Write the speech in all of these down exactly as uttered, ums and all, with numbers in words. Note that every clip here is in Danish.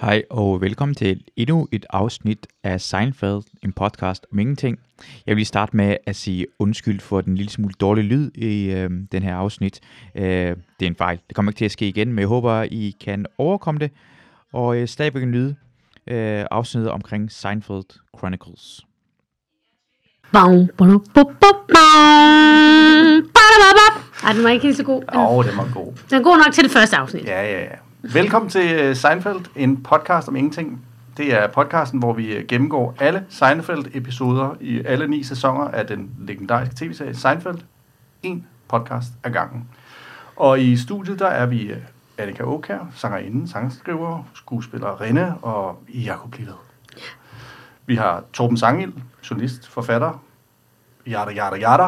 Hej og velkommen til endnu et afsnit af Seinfeld, en podcast om ingenting. Jeg vil lige starte med at sige undskyld for den lille smule dårlige lyd i øh, den her afsnit. Øh, det er en fejl. Det kommer ikke til at ske igen, men jeg håber, I kan overkomme det. Og øh, stadigvæk en lyd øh, afsnittet omkring Seinfeld Chronicles. Ej, den var ikke helt så god. Åh, oh, den var god. Den er god nok til det første afsnit. Ja, ja, ja. Velkommen til Seinfeld, en podcast om ingenting. Det er podcasten, hvor vi gennemgår alle Seinfeld-episoder i alle ni sæsoner af den legendariske tv-serie Seinfeld. En podcast ad gangen. Og i studiet, der er vi Annika Aakjær, sangerinde, sangskriver, skuespillerinde og Jakob Livet. Vi har Torben Sangild, journalist, forfatter, yada, yada, yada.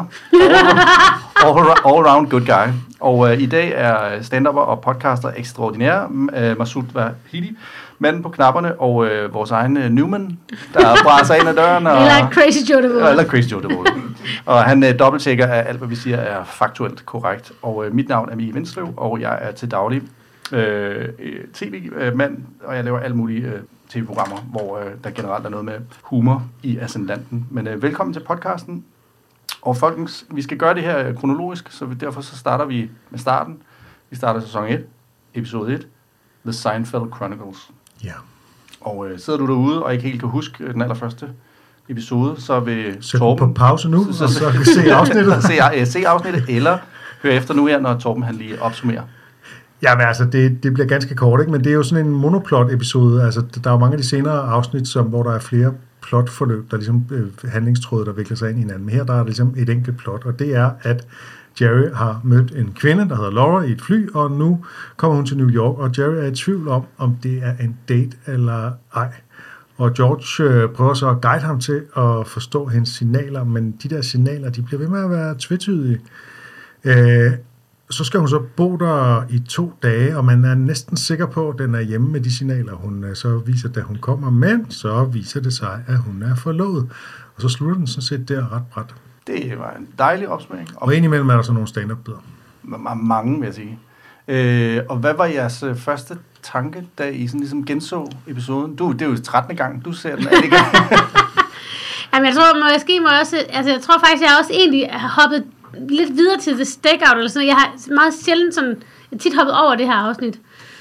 All, all around good guy. Og uh, i dag er stand-upper og podcaster ekstraordinære, uh, Masoud Vahidi, manden på knapperne, og uh, vores egen uh, Newman, der brænder ind ad døren. Og, eller Crazy Joe DeVole. Eller Crazy Joe DeVole. Og han uh, dobbelttjekker, at alt, hvad vi siger, er faktuelt korrekt. Og uh, mit navn er Mie Vinsløv, og jeg er til daglig uh, tv-mand, og jeg laver alle mulige uh, tv-programmer, hvor uh, der generelt er noget med humor i ascendanten. Men uh, velkommen til podcasten. Og folkens, vi skal gøre det her kronologisk, så vi, derfor så starter vi med starten. Vi starter sæson et, episode et, The Seinfeld Chronicles. Ja. Og øh, sidder du derude og ikke helt kan huske den allerførste episode, så vil Sæt Torben... på pause nu, så, så, så kan se afsnittet. se, øh, se afsnittet, eller hør efter nu her, når Torben han lige opsummerer. Jamen altså, det, det bliver ganske kort, ikke? Men det er jo sådan en monoplot-episode. Altså, der er jo mange af de senere afsnit, som, hvor der er flere plotforløb, der er ligesom øh, handlingstråde, der vikler sig ind i hinanden. Men her der er ligesom et enkelt plot, og det er, at Jerry har mødt en kvinde, der hedder Laura, i et fly, og nu kommer hun til New York, og Jerry er i tvivl om, om det er en date eller ej. Og George øh, prøver så at guide ham til at forstå hendes signaler, men de der signaler, de bliver ved med at være tvetydige. Øh, Så skal hun så bo der i to dage, og man er næsten sikker på, at den er hjemme med de signaler, hun så viser, da hun kommer. Men så viser det sig, at hun er forlovet. Og så slutter den sådan set der ret bræt. Det var en dejlig opsmæring. Og, og indimellem er der så nogle stand-up-bidder. Mange, vil jeg sige. Øh, og hvad var jeres første tanke, da I sådan ligesom genså episoden? Du, det er jo trettende gang, du ser den. Annika. Jamen, jeg tror måske må også... Altså, jeg tror faktisk, jeg også egentlig har hoppet lidt videre til The Stakeout eller sådan noget. Jeg har meget sjældent sådan, jeg tit hoppet over det her afsnit.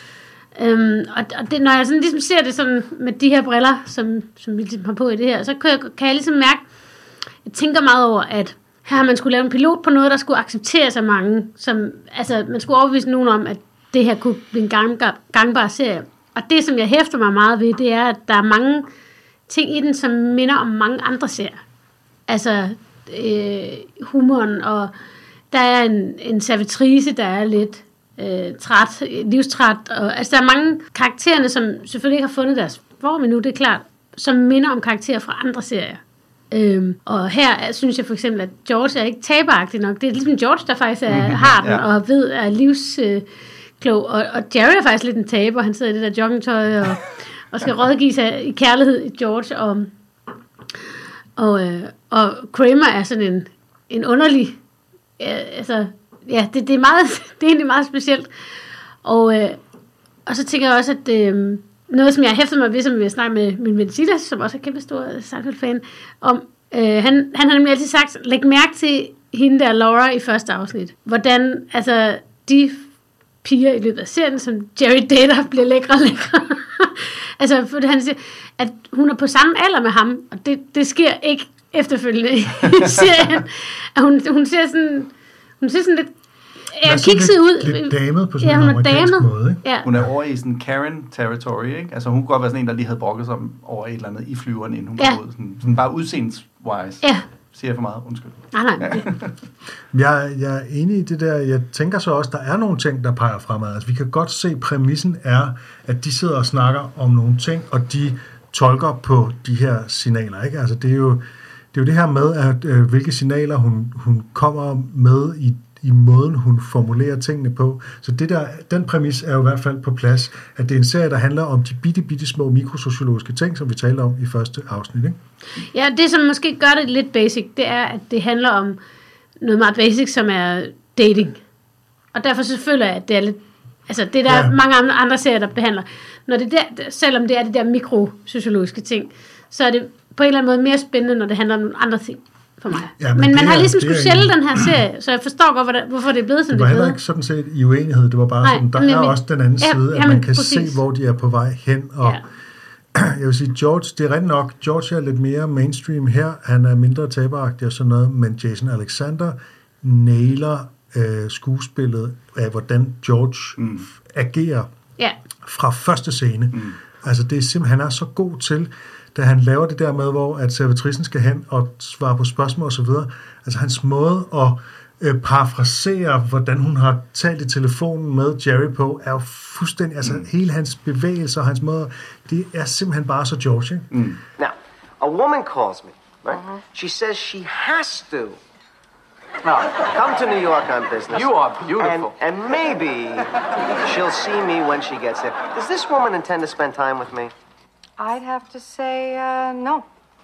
Øhm, og og det, når jeg sådan ligesom ser det sådan med de her briller, som, som vi ligesom har på i det her, så kan jeg, kan jeg ligesom mærke, jeg tænker meget over, at her har man skulle lave en pilot på noget, der skulle accepteres af mange. Som, altså, man skulle overbevise nogen om, at det her kunne blive en gangbar, gangbar serie. Og det, som jeg hæfter mig meget ved, det er, at der er mange ting i den, som minder om mange andre serier. Altså, Øh, humoren, og der er en, en servitrice, der er lidt øh, træt, livstræt, og altså der er mange karaktererne, som selvfølgelig ikke har fundet deres form endnu, det er klart, som minder om karakterer fra andre serier. Øhm, og her synes jeg for eksempel, at George er ikke taberagtig nok. Det er ligesom George, der faktisk er, mm-hmm, har den, ja. Og ved, er livsklog, øh, og, og Jerry er faktisk lidt en taber, han sidder i det der joggingtøj, og, og skal rådgive sig i kærlighed i George, og Og, øh, og Kramer er sådan en, en underlig, øh, altså, ja, det, det, er meget, det er egentlig meget specielt. Og, øh, og så tænker jeg også, at øh, noget, som jeg hæfter mig ved, som vi har snakket med min ven Silas, som også er kæmpe stor Seinfeld-fan, om, øh, han, han har nemlig altid sagt, læg mærke til hende der, Laura, i første afsnit. Hvordan, altså, de piger i løbet af serien, som Jerry dater, bliver lækre og lækre. Altså, for han siger, at hun er på samme alder med ham, og det, det sker ikke efterfølgende i serien. At hun, hun ser sådan, hun ser sådan lidt ja, kikset ud. Lidt damet på sådan ja, en amerikansk måde, ikke? Ja. Hun er over i sådan Karen territory, ikke? Altså, hun kunne godt være sådan en, der lige havde brokket sig over et eller andet i flyveren, inden hun ja. kom ud. Sådan, sådan bare udseendes-wise. Ja. Siger jeg for meget? Undskyld. Nej, nej. jeg, jeg er enig i det der. Jeg tænker så også, der er nogle ting, der peger fremad. Altså, vi kan godt se, præmissen er, at de sidder og snakker om nogle ting, og de tolker på de her signaler, ikke? Altså, det er jo det, er jo det her med, at øh, hvilke signaler hun, hun kommer med i, i måden, hun formulerer tingene på. Så det der, den præmis er jo i hvert fald på plads, at det er en serie, der handler om de bitte, bitte små mikrosociologiske ting, som vi talte om i første afsnit, ikke? Ja, det som måske gør det lidt basic, det er, at det handler om noget meget basic, som er dating. Og derfor så føler jeg, at det er lidt Altså, det er der Ja. mange andre serier, der behandler. Når det der, selvom det er det der mikropsykiologiske ting, så er det på en eller anden måde mere spændende, når det handler om nogle andre ting for mig. Ja, men men man det har er- ligesom det skulle er sælge en- den her serie, så jeg forstår godt, hvordan- hvorfor det er blevet, som Det det var er heller blevet. ikke sådan set i uenighed, det var bare Nej, sådan, der men- er men- også den anden ja, side, at jamen, man kan præcis. se, hvor de er på vej hen, og Ja. jeg vil sige, George, det er rigtigt nok, George er lidt mere mainstream her, han er mindre taberagtig og sådan noget, men Jason Alexander nailer øh, skuespillet af, hvordan George mm. agerer Ja. fra første scene. Mm. Altså det er simpelthen, han er så god til, da han laver det der med, hvor at servitricen skal hen og svare på spørgsmål og så videre. Altså hans måde at øh, parafrasere, hvordan hun har talt i telefonen med Jerry på, er jo fuldstændig, altså mm. hele hans bevægelser og hans måde, det er simpelthen bare så George, ikke? Mm. Now, a woman calls me, right? She says she has to No. come to New York on business. You are beautiful. And, and maybe she'll see me when she gets there. Does this woman intend to spend time with me? I'd have to say uh, no.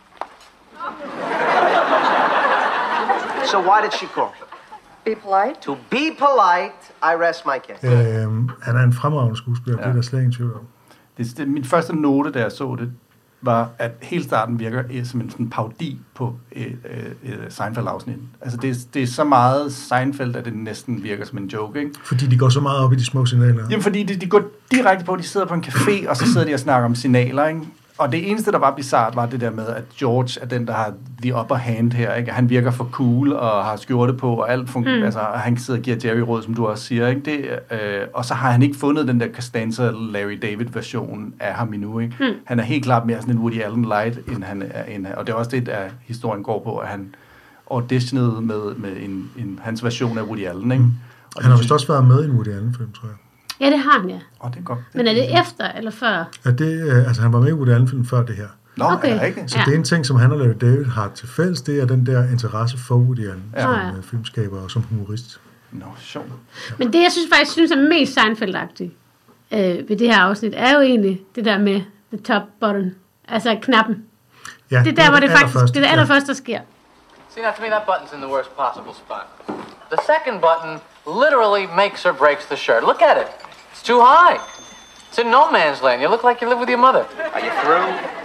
So why did she call? Be polite. To be polite, I rest my case. Øhm, han er en fremragende skuespiller, ja. Det er der slet ingen tvivl om. Det, det, min første note, da jeg så det, var, at hele starten virker eh, som en sådan parodi på et, et, et Seinfeld-afsnit. Altså, det, det er så meget Seinfeld, at det næsten virker som en joke, ikke? Fordi de går så meget op i de små signaler. Jamen, fordi de, de går direkte på, de sidder på en café, og så sidder de og snakker om signaler, ikke? Og det eneste, der var bizarrt, var det der med, at George er den, der har the upper hand her, ikke? Han virker for cool og har skjorte på, og alt fungerer. Mm. Altså, han sidder og giver Jerry råd, som du også siger, ikke? Det, øh, og så har han ikke fundet den der Costanza Larry David-version af ham endnu, ikke? Mm. Han er helt klart mere sådan en Woody Allen light, end han er. End, og det er også det, der historien går på, at han auditionede med, med en, en, hans version af Woody Allen, ikke? Mm. Og Han har det, vist også været med i en Woody Allen-film, tror jeg. Ja, det har han, ja. Åh, det er godt. Men er det efter eller før? Ja, det, øh, altså, han var med i Woody Allen-film før det her. Nå, Okay. er det rigtigt? Så Ja. det er en ting, som han og Larry David har til fælles, det er den der interesse for Woody Allen, Ja. som Nå, ja. øh, filmskaber og som humorist. Nå, sjovt. Men det, jeg synes faktisk synes er mest Seinfeld-agtigt øh, ved det her afsnit, er jo egentlig det der med the top button. Altså knappen. Ja, Det er der, hvor det faktisk allerførste, det er det allerførste, der sker. See, now to me, that button's in the worst possible spot. The second button literally makes or breaks the shirt. Look at it. It's too high. It's in no man's land. You look like you live with your mother. Are you through?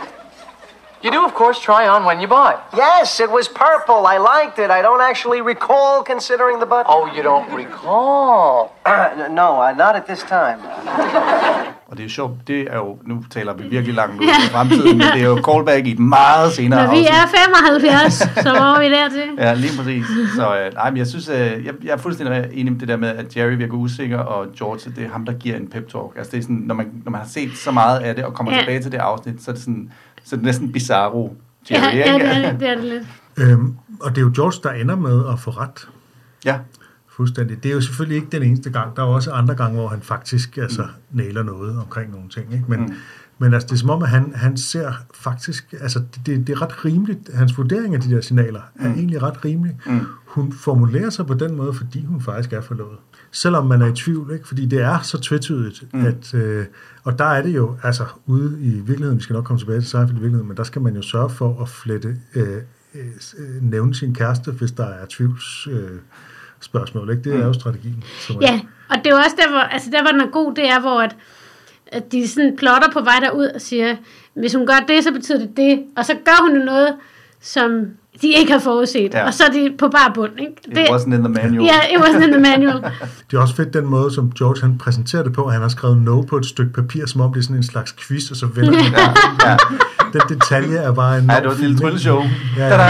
You do, of course, try on when you buy. Yes, it was purple. I liked it. I don't actually recall considering the button. Oh, you don't recall. no, uh, not at this time. Og det er sjovt, det er jo, nu taler vi virkelig langt ud i fremtiden, men det er jo callback i et meget senere Når vi er femoghalvfjerds, så var vi der til. Ja, lige præcis. Så øh, nej, men jeg synes, øh, jeg, jeg er fuldstændig enig med det der med, at Jerry virker usikker, og George, det er ham, der giver en pep talk. Altså det er sådan, når man, når man har set så meget af det, og kommer Ja. tilbage til det afsnit, så er det sådan, så er det næsten bizarro Jerry, Ja, ja, ikke? det er det, det er det lidt. Øhm, og det er jo George, der ender med at få ret. Ja. Fuldstændig. Det er jo selvfølgelig ikke den eneste gang. Der er også andre gange, hvor han faktisk altså, mm. nailer noget omkring nogle ting. Ikke? Men, mm. men altså, det er som om, at han, han ser faktisk... Altså, det, det, det er ret rimeligt. Hans vurdering af de der signaler er mm. egentlig ret rimelig. Mm. Hun formulerer sig på den måde, fordi hun faktisk er forlovet. Selvom man er i tvivl, ikke? Fordi det er så tvetydigt, mm. at... Øh, og der er det jo, altså ude i virkeligheden, vi skal nok komme tilbage til Seinfeld i virkeligheden, men der skal man jo sørge for at flette, øh, øh, nævne sin kæreste, hvis der er tvivls... Øh, spørgsmål, ikke? Det er jo strategien. Ja, og det er jo også der, hvor, altså der, hvor den er god, det er, hvor at, at de sådan plotter på vej derud og siger, hvis hun gør det, så betyder det det, og så gør hun jo noget, som de ikke har forudset, Ja. og så er de på bar bund, ikke? It wasn't in the manual. Ja, it wasn't in the manual. Det er også fedt den måde, som George han præsenterer det på, at han har skrevet no på et stykke papir, som om det er sådan en slags quiz, og så vender han. Ja, ja. Den detalje er bare en... Ja, det var et lille trylleshow. Ja, ja.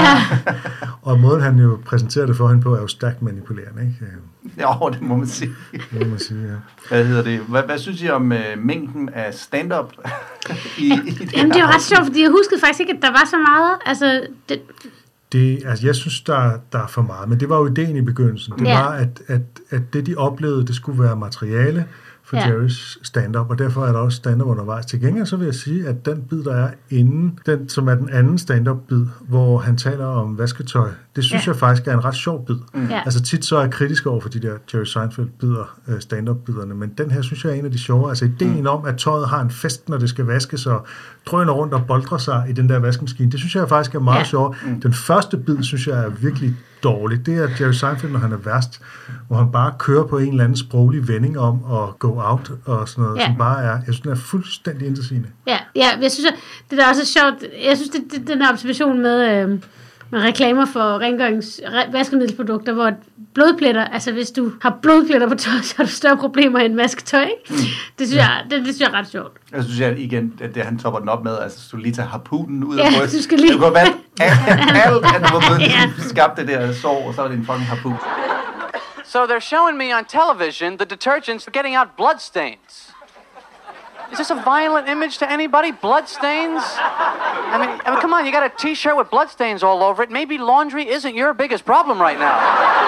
Og måden, han jo præsenterer det for hende på, er jo stærkt manipulerende, ikke? Ja, det må man sige. Det må man sige, ja. Hvad hedder det? Hvad, hvad synes I om uh, mængden af stand-up i, i det Jamen, det er jo her ret sjovt, fordi jeg huskede faktisk ikke, at der var så meget. Altså, det, Det, altså jeg synes, der, der er for meget, men det var jo ideen i begyndelsen. Det Ja. var, at, at, at det, de oplevede, det skulle være materiale for Ja. Jerrys stand-up, og derfor er der også stand-up undervejs. Til gengæld så vil jeg sige, at den bid, der er inden, den, som er den anden stand-up-bid, hvor han taler om vasketøj, det synes Ja. jeg faktisk er en ret sjov bid. Mm. Ja. Altså tit så er jeg kritisk over for de der Jerry Seinfeld-bider, øh, stand-up-biderne, men den her synes jeg er en af de sjove. Altså ideen mm. om, at tøjet har en fest, når det skal vaskes, og drøner rundt og boldrer sig i den der vaskemaskine, det synes jeg faktisk er meget Ja. sjovt. Mm. Den første bid, synes jeg er virkelig dårligt, det er Jerry Seinfeld, når han er værst, hvor han bare kører på en eller anden sproglig vending om at go out og sådan noget, ja. Som bare er, jeg synes, den er fuldstændig indtilsigende. Ja, ja, jeg synes, det der også er sjovt, jeg synes, det, det, den her observation med, øh, med reklamer for rengørings vaskemiddelsprodukter, hvor blodpletter, altså hvis du har blodpletter på tøj, så har du større problemer end vasketøj, ikke? Mm. Det, synes ja. jeg, det, det synes jeg er ret sjovt. Jeg synes jeg igen, at det han topper den op med, altså du lige tager harpunen ud ja, af brystet. du skal lige... Du kan være alt, at du var blevet ja. skabt det der sår, og så var det en fucking harpun. So they're showing me on television the detergents for getting out bloodstains. Is this a violent image to anybody? Bloodstains? I mean, I mean, come on, you got a t-shirt with bloodstains all over it. Maybe laundry isn't your biggest problem right now.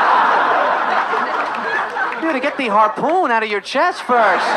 You gotta get the harpoon out of your chest first.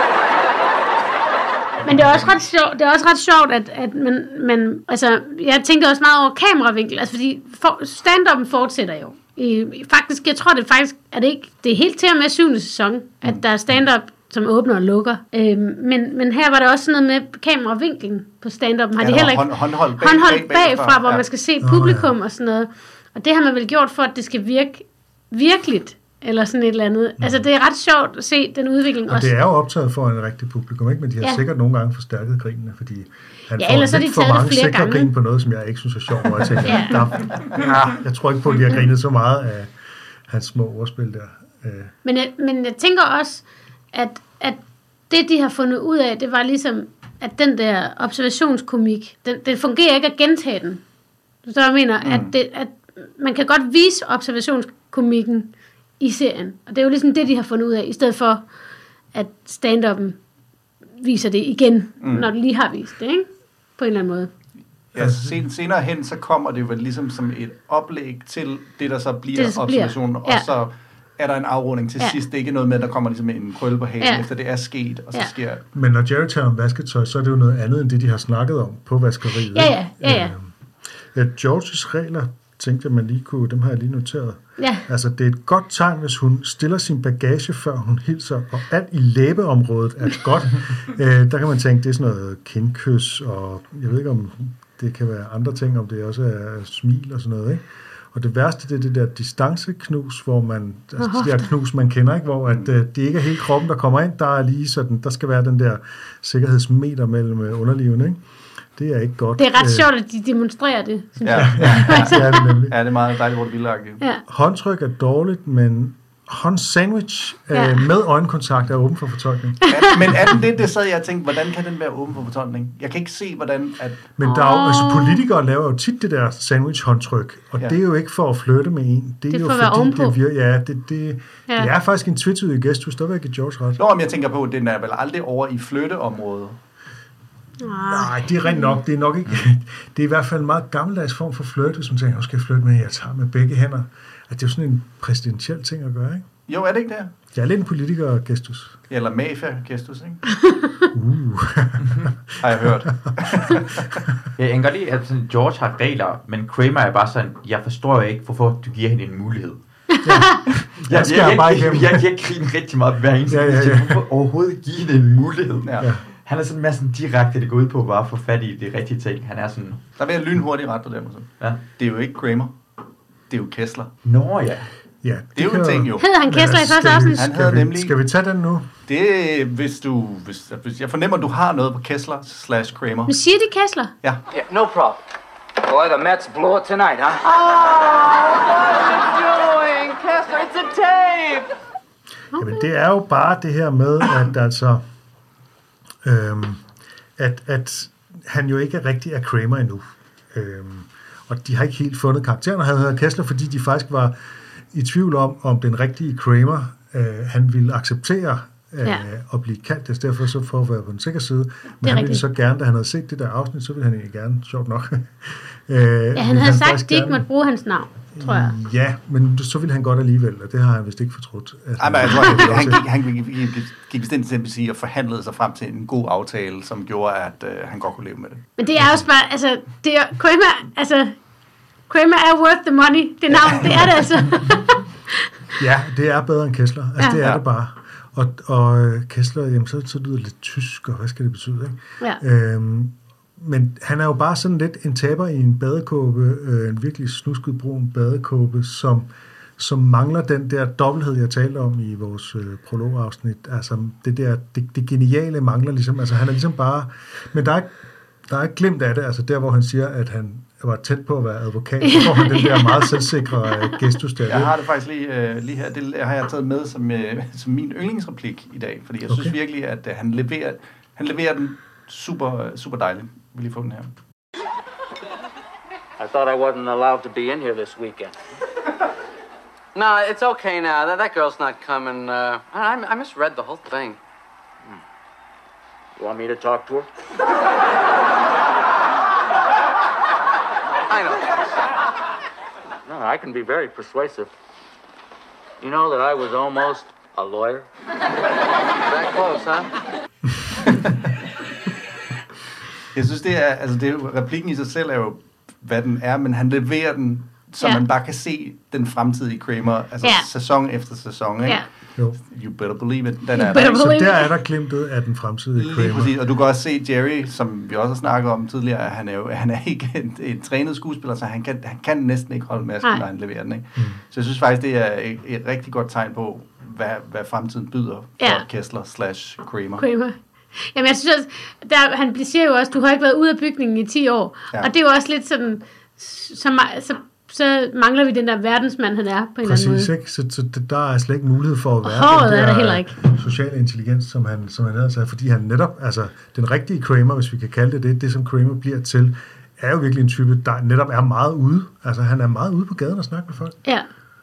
Men det er også ret sjovt, det er også ret sjovt at, at man, man, altså, jeg tænkte også meget over kameravinkel, altså fordi for, stand-up'en fortsætter jo. I, faktisk, jeg tror det faktisk, at det ikke, det er helt til og med syvende sæson, at der er stand-up, som åbner og lukker. Øhm, men, men her var der også sådan noget med kameravinklen på stand-up'en. Har ja, de heller ikke hånd, håndholdt bag, håndholdt bag, bagfra, bag, hvor ja. man skal se publikum oh, ja. og sådan noget. Og det har man vel gjort for, at det skal virke virkeligt, eller sådan et eller andet. Mm. Altså, det er ret sjovt at se den udvikling og også. Det er jo optaget for en rigtig publikum, ikke? Men de har ja. sikkert nogle gange forstærket grinene, fordi han ja, får lidt de for mange sikre grin på noget, som jeg ikke synes er sjovt. Og jeg, tænker, ja. der, ja, jeg tror ikke på, at de har grinet så meget af hans små ordspil der. Men jeg, men jeg tænker også, at, at det, de har fundet ud af, det var ligesom, at den der observationskomik, den, det fungerer ikke at gentage den. Så jeg mener, mm. at, det, at man kan godt vise observationskomikken i serien. Og det er jo ligesom det, de har fundet ud af, i stedet for, at stand-up'en viser det igen, mm. når de lige har vist det, ikke? På en eller anden måde. Ja, sen, senere hen, så kommer det jo ligesom som et oplæg til det, der så bliver det, så observationen, bliver. Ja. og så er der en afrunding til ja. sidst. Det er ikke noget med, at der kommer ligesom en krølle på halen, ja. efter det er sket, og så ja. sker... Men når Jerry taler om vasketøj, så er det jo noget andet, end det, de har snakket om på vaskeriet. Ja, ja, ja, ja. ja Georges regler, tænkte jeg, man lige kunne, dem har jeg lige noteret. Ja. Altså, det er et godt tegn, hvis hun stiller sin bagage, før hun hilser, og alt i læbeområdet er godt. øh, der kan man tænke, det er sådan noget kindkys, og jeg ved ikke, om det kan være andre ting, om det også er smil og sådan noget, ikke? Og det værste, det er det der distanceknus, hvor man, altså det der knus, man kender, ikke? Hvor at, uh, det ikke er hele kroppen, der kommer ind, der er lige sådan, der skal være den der sikkerhedsmeter mellem underliven, ikke? Det er ikke godt. Det er ret sjovt, at de demonstrerer det, synes ja. jeg. Ja, det er det nemlig. Ja, det er meget dejligt, hvor det vildt. Ja. Håndtryk er dårligt, men håndsandwich ja. øh, med øjenkontakt er åben for fortolkning. Ja, men er den det, det sad jeg og tænkte, hvordan kan den være åben for fortolkning? Jeg kan ikke se, hvordan... At... Men der er jo, altså, politikere laver jo tit det der sandwich-håndtryk, og ja. det er jo ikke for at flytte med en. Det er, det er jo fordi, det vir- ja, det, det, ja. det er faktisk en tvetydig gestus, der vil jeg give George ret. Nå, men jeg tænker på, at den er vel aldrig over i flytteområdet. Nej, det er rent nok. Det er nok ikke... Det er i hvert fald en meget gammeldags form for flirt, hvis man tænker, nu skal jeg flirte med, jeg tager med begge hænder. At det er jo sådan en præsidentiel ting at gøre, ikke? Jo, er det ikke det? Det er lidt en politiker-gestus. Eller mafia-gestus, ikke? uh. Har jeg hørt. Jeg kan godt lide, at sådan, George har regler, men Kramer er bare sådan, jeg forstår jo ikke, hvorfor du giver hende en mulighed. Ja. jeg, skal jeg, jeg, jeg, jeg, jeg, jeg griner rigtig meget hver eneste. Ja, ja, ja. Hvorfor overhovedet give hende en mulighed? Ja. Ja. Han er sådan mere sådan direkte, det går ud på bare at få fat i det rigtige ting. Han er sådan... Der vil jeg lynhurtigt ret på det. Ja. Det er jo ikke Kramer. Det er jo Kessler. Nå ja. Ja, det, det er jo en ting jo. Hedder han Kessler i første afsnit? Han hedder nemlig... Skal vi tage den nu? Det hvis du... Hvis, hvis jeg fornemmer, at du har noget på Kessler slash Kramer. Men siger de Kessler? Ja. Yeah, no problem. Boy, the Mets blow it tonight, huh? Oh, what are you doing? Kessler, it's a tape! Okay. Jamen, det er jo bare det her med, at altså... Øhm, at, at han jo ikke rigtig er Kramer endnu. Øhm, og de har ikke helt fundet karakteren, og han hedder Kessler, fordi de faktisk var i tvivl om, om den rigtige Kramer, øh, han ville acceptere øh, ja. at blive kaldt, det derfor så for at være på den sikre side. Men han rigtigt. ville så gerne, da han havde set det der afsnit, så ville han egentlig gerne, sjovt nok. øh, ja, han havde sagt, at de ikke måtte bruge hans navn, tror jeg. Ja, men så ville han godt alligevel, og det har han vist ikke fortrudt. Ej, men jeg tror, han, han, gik, han gik, gik, gik bestemt til at sige, og forhandlede sig frem til en god aftale, som gjorde, at øh, han godt kunne leve med det. Men det er også bare, altså, det er, Kramer, altså, Kramer er worth the money. Det navn, det er det altså. Ja, det er bedre end Kessler. Altså, ja. det er det bare. Og, og Kessler, jamen, så, så lyder det lidt tysk, og hvad skal det betyde, ikke? Ja. Øhm, men han er jo bare sådan lidt en taber i en badekåbe, øh, en virkelig snusket brun badekåbe, som, som mangler den der dobbelthed, jeg talte om i vores øh, prologafsnit. Altså det der, det, det geniale mangler ligesom, altså han er ligesom bare, men der er, der er ikke glemt af det, altså der, hvor han siger, at han var tæt på at være advokat, så får han den der meget selvsikre øh, gestus der. Jeg har det faktisk lige, øh, lige her, det har jeg taget med som, øh, som min yndlingsreplik i dag, fordi jeg okay. synes virkelig, at øh, han, leverer, han leverer den super, super dejligt. Vi lige få den her. I thought I wasn't allowed to be in here this weekend. No, it's okay now. That, that girl's not coming. Uh, I, I misread the whole thing. Hmm. You want me to talk to her? I know. No, I can be very persuasive. You know that I was almost a lawyer? That close, huh? Jeg synes, det er, altså det er, replikken i sig selv er jo, hvad den er, men han leverer den, så ja. man bare kan se den fremtidige Kramer, altså ja. sæson efter sæson, ikke? Ja. Jo. You better believe it. Den er der, så der er der glimtet af den fremtidige Kramer. Lige præcis, og du kan også se Jerry, som vi også har snakket om tidligere, at han er jo han er ikke en, en trænet skuespiller, så han kan, han kan næsten ikke holde masken, når han leverer den, ikke? Mm. Så jeg synes faktisk, det er et, et rigtig godt tegn på, hvad, hvad fremtiden byder for ja. Kessler slash Kramer. Kramer. Jamen, jeg synes også, der, han siger jo også, du har ikke været ude af bygningen i ti år. Ja. Og det er jo også lidt sådan, så, så, så mangler vi den der verdensmand, han er på en Præcis, eller anden måde. Ikke? Så, så der er slet ikke mulighed for at være Håret den der er der heller ikke. sociale intelligens, som han, som han ellers er, fordi han netop, altså den rigtige Kramer, hvis vi kan kalde det det, det som Kramer bliver til, er jo virkelig en type, der netop er meget ude. Altså han er meget ude på gaden og snakker med folk. Ja.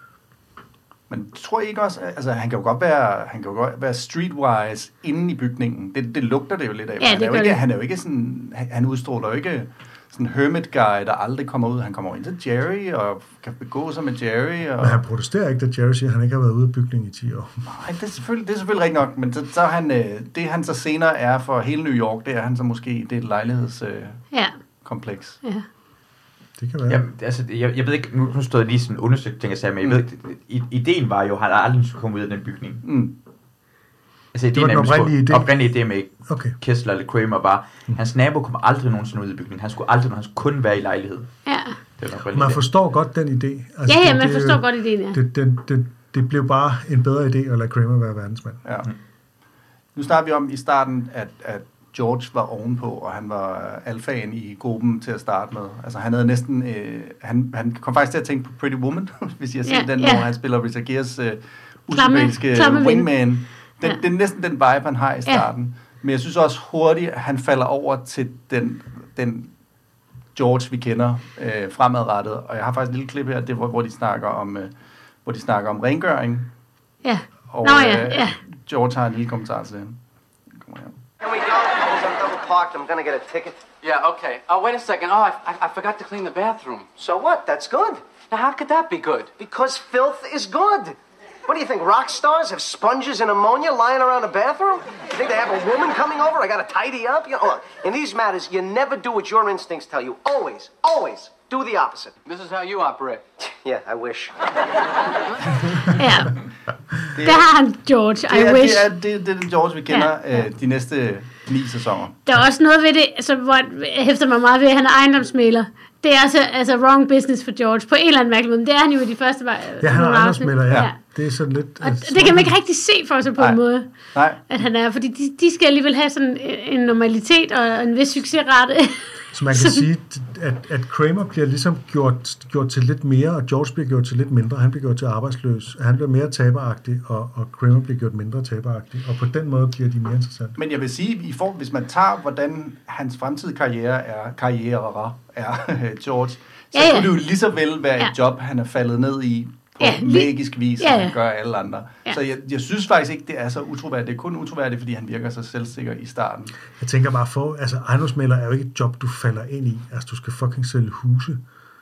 Men tror I ikke også, altså han kan jo godt være, han kan jo godt være streetwise inde i bygningen. Det, det lugter det jo lidt af. Ja, han, er jo ikke, det. han er jo ikke sådan, han udstråler jo ikke sådan en hermit guy, der aldrig kommer ud. Han kommer ind til Jerry og kan begå sig med Jerry. Og... Men han protesterer ikke, da Jerry siger, at han ikke har været ude af bygningen i ti år. Nej, det er selvfølgelig, det er selvfølgelig rigtigt nok, men så, så han, det han så senere er for hele New York, det er han så måske, det er et lejlighedskompleks. Ja. ja. Det kan være. Jamen, altså, jeg, jeg ved ikke, nu, nu stod jeg lige sådan undersøgt, tænker jeg, men jeg ved ikke, ideen var jo, at han aldrig skulle komme ud af den bygning. Mm. Altså, ideen det var den oprindelige idé. Oprindelige idé med okay. Kessler eller Kramer var, mm. hans nabo kommer aldrig nogensinde ud af bygningen. Han skulle aldrig, han skulle kun være i lejlighed. Ja. Det man forstår godt den idé. Altså, ja, ja, man det, forstår det, godt ideen, ja. Det, det, det, det blev bare en bedre idé at lade Kramer være verdensmand. Ja. Mm. Nu snakker vi om i starten, at, at George var ovenpå, og han var alfaen i gruppen til at starte med. Altså han havde næsten, øh, han, han kom faktisk til at tænke på Pretty Woman, hvis jeg ser yeah, den, yeah. hvor han spiller Richard Gere's øh, usymmetriske wingman. Den, ja. Det er næsten den vibe, han har i starten. Ja. Men jeg synes også hurtigt, at han falder over til den, den George, vi kender øh, fremadrettet. Og jeg har faktisk et lille klip her, det, hvor, hvor, de snakker om, øh, hvor de snakker om rengøring. Ja. Og Nå, ja, ja. Øh, George har en lille kommentar til det. Kommer her. Can we go? Because I'm double parked. I'm gonna get a ticket. Yeah, okay. Oh, wait a second. Oh, I, I, I forgot to clean the bathroom. So what? That's good. Now, how could that be good? Because filth is good. What do you think, rock stars have sponges and ammonia lying around the bathroom? You think they have a woman coming over? I gotta tidy up? You know, look, in these matters, you never do what your instincts tell you. Always, always do the opposite. This is how you operate. Yeah, I wish. Ja. Det har han, George. I det er, wish. Det er, det, det er den George, vi kender ja. øh, de næste ni sæsoner. Der er også noget ved det, altså, hvor jeg hæfter mig meget ved, at han er ejendomsmægler. Det er altså, altså wrong business for George, på en eller anden mærkelig måde. Det er han jo i de første var, ja, han er ejendomsmægler, ja. ja. Det er sådan lidt... Og det kan man ikke rigtig se for sig på Nej. en måde, Nej. at han er, fordi de, de skal alligevel have sådan en normalitet og en vis succesrate. Så man kan sige, at, at Kramer bliver ligesom gjort, gjort til lidt mere, og George bliver gjort til lidt mindre. Han bliver gjort til arbejdsløs. Han bliver mere taberagtig, og, og Kramer bliver gjort mindre taberagtig. Og på den måde bliver de mere interessante. Men jeg vil sige, i form, hvis man tager, hvordan hans fremtidige karriere er, karriere er George, så ja, ja. kunne det jo lige så vel være ja. et job, han er faldet ned i på ja, magisk vis, ja, ja. som han gør alle andre. Ja. Så jeg, jeg synes faktisk ikke, det er så utroværdigt. Det er kun utroværdigt, fordi han virker så selvsikker i starten. Jeg tænker bare for, altså ejendomsmægler er jo ikke et job, du falder ind i. Altså du skal fucking sælge huse.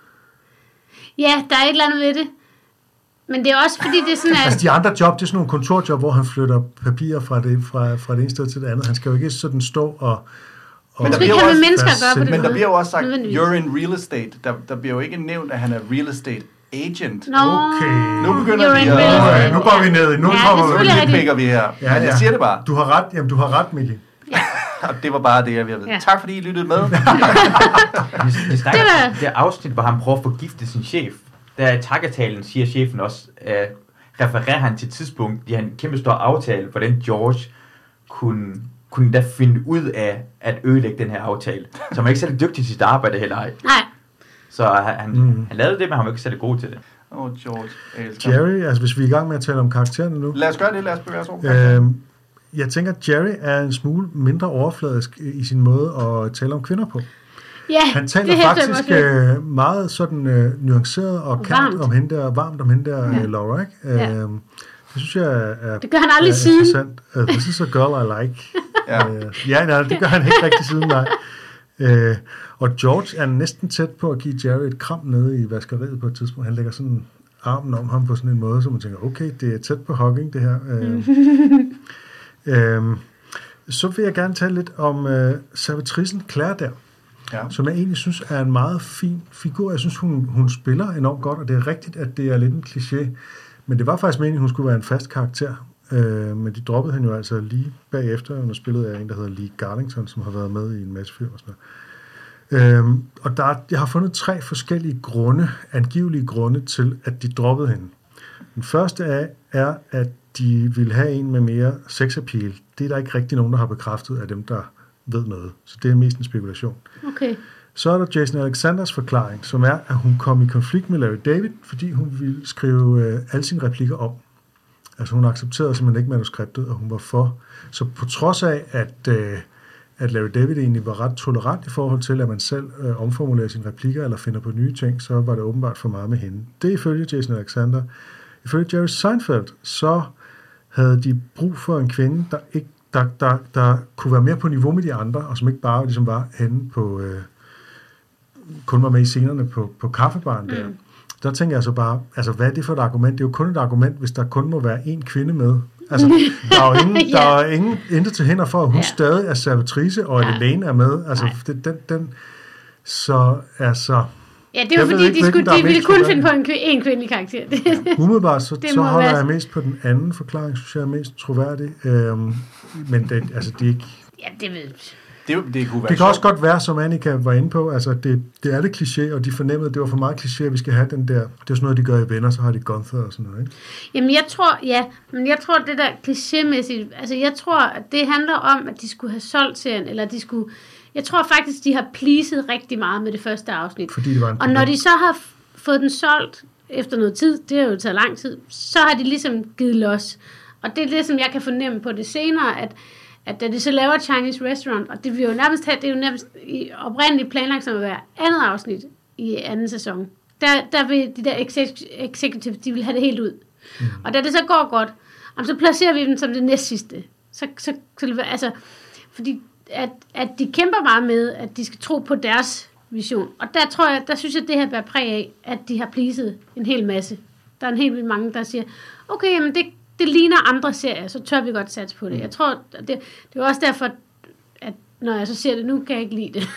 Ja, der er et eller andet ved det. Men det er også fordi, det er sådan, at... altså de andre job, det er sådan nogle kontorjob, hvor han flytter papirer fra det, fra, fra det ene sted til det andet. Han skal jo ikke sådan stå og... og men der bliver også, mennesker gøre på det men måde. Der bliver jo også sagt, you're in real estate. Der, der bliver jo ikke nævnt, at han er real estate agent. No. Okay. Nu begynder vi at... Nu går vi ned. Nu ja, kommer vi, vi her. Ja, ja. Men jeg siger det bare. Du har ret, jamen du har ret, Mikkel. Ja. Og det var bare det, jeg ville vide. Ja. Tak fordi I lyttede med. Vi, vi snakker Det var- om det afsnit, hvor han prøver at forgifte sin chef. Der i takketalen siger chefen også, øh, refererer han til et tidspunkt, de har en kæmpe stor aftale, hvordan George kunne, kunne da finde ud af at ødelægge den her aftale. Så han var ikke særlig dygtig til sit arbejde heller ej. Nej. Så han, han, mm. han lavede det, men han var ikke særlig god til det. Åh, oh, George. Jeg elsker. Jerry, altså hvis vi er i gang med at tale om karaktererne nu. Lad os gøre det, lad os bevæge os over. Øhm, jeg tænker, at Jerry er en smule mindre overfladisk i sin måde at tale om kvinder på. Ja, Han taler det hæfter jeg mig faktisk også øh, meget sådan øh, nuanceret og kant Varmt. om hende der, varmt om hende der, Ja. ja. Laura, ikke? Ja. Øhm, det synes jeg er, er Det gør han aldrig er siden. interessant. Uh, this is a girl I like. Ja. Øh, ja, nej, det gør han ikke rigtig siden, nej. Øh, og George er næsten tæt på at give Jerry et kram nede i vaskeriet på et tidspunkt. Han lægger sådan armen om ham på sådan en måde, så man tænker, okay, det er tæt på hugging, det her. Øh, øh, så vil jeg gerne tale lidt om øh, servitricen Claire der, Ja. som jeg egentlig synes er en meget fin figur. Jeg synes, hun, hun spiller enormt godt, og det er rigtigt, at det er lidt en kliché. Men det var faktisk meningen, at hun skulle være en fast karakter. Øh, men de droppede hende jo altså lige bagefter, og spillet af en, der hedder Lee Garlington, som har været med i en masse film og sådan noget. Øh, og der, jeg har fundet tre forskellige grunde, angivelige grunde til, at de droppede hende. Den første er, er at de ville have en med mere sexappeal. Det er der ikke rigtig nogen, der har bekræftet af dem, der ved noget. Så det er mest en spekulation. Okay. Så er der Jason Alexanders forklaring, som er, at hun kom i konflikt med Larry David, fordi hun ville skrive øh, alle sine replikker om. Altså hun accepterede simpelthen ikke manuskriptet, og hun var for. Så på trods af, at, øh, at Larry David egentlig var ret tolerant i forhold til, at man selv øh, omformulerer sine replikker eller finder på nye ting, så var det åbenbart for meget med hende. Det er ifølge Jason Alexander. Ifølge Jerry Seinfeld, så havde de brug for en kvinde, der ikke Der, der, der kunne være mere på niveau med de andre, og som ikke bare ligesom var henne på, øh, kun var med i scenerne på, på kaffebaren der. Mm. Der tænker jeg så bare, altså hvad er det for et argument? Det er jo kun et argument, hvis der kun må være én kvinde med. Altså, der er jo ingen, Ja. der er ingen intet til hænder for, at hun Ja. stadig er servitrice, og at Ja. Elaine er med. Altså, Nej. det, den, den, så altså, Ja, det er jo Jeg ved fordi, ikke, de, hvilken skulle, der er de ville mest kun troværdig. finde på en, kv- en kvindelig karakter. Det, umiddelbart, så, Det så må holder være- jeg mest på den anden forklaring, synes jeg er mest troværdig. Øhm, men det, altså, det er ikke... ja, det ved jeg. Det, det kunne være Det kan sjovt. også godt være, som Annika var inde på, altså det, det er det kliché, og de fornemmede, at det var for meget kliché, at vi skal have den der, det er jo sådan noget, de gør i Venner, så har de Gunther og sådan noget, ikke? Jamen, jeg tror, ja, men jeg tror, det der klichémæssigt, altså jeg tror, at det handler om, at de skulle have solgt serien, eller de skulle, jeg tror faktisk, de har pleaset rigtig meget med det første afsnit. Fordi det var en Og når de så har f- fået den solgt efter noget tid, det har jo taget lang tid, så har de ligesom givet los. Og det er det, som jeg kan fornemme på det senere, at, at da de så laver Chinese Restaurant, og det vil jo nærmest have, det er jo nærmest i- oprindeligt planlagt som at være andet afsnit i anden sæson. Der, der vil de der exec- executives, de vil have det helt ud. Mm. Og da det så går godt, jamen, så placerer vi dem som det næst sidste. Så, så, så altså, fordi at, at de kæmper meget med, at de skal tro på deres vision. Og der tror jeg, der synes jeg, at det her bærer præg af, at de har pleaset en hel masse. Der er en helt vildt mange, der siger, okay, jamen det, det ligner andre serier, så tør vi godt satse på det. Jeg tror, det, det er jo også derfor, at når jeg så ser det nu, kan jeg ikke lide det.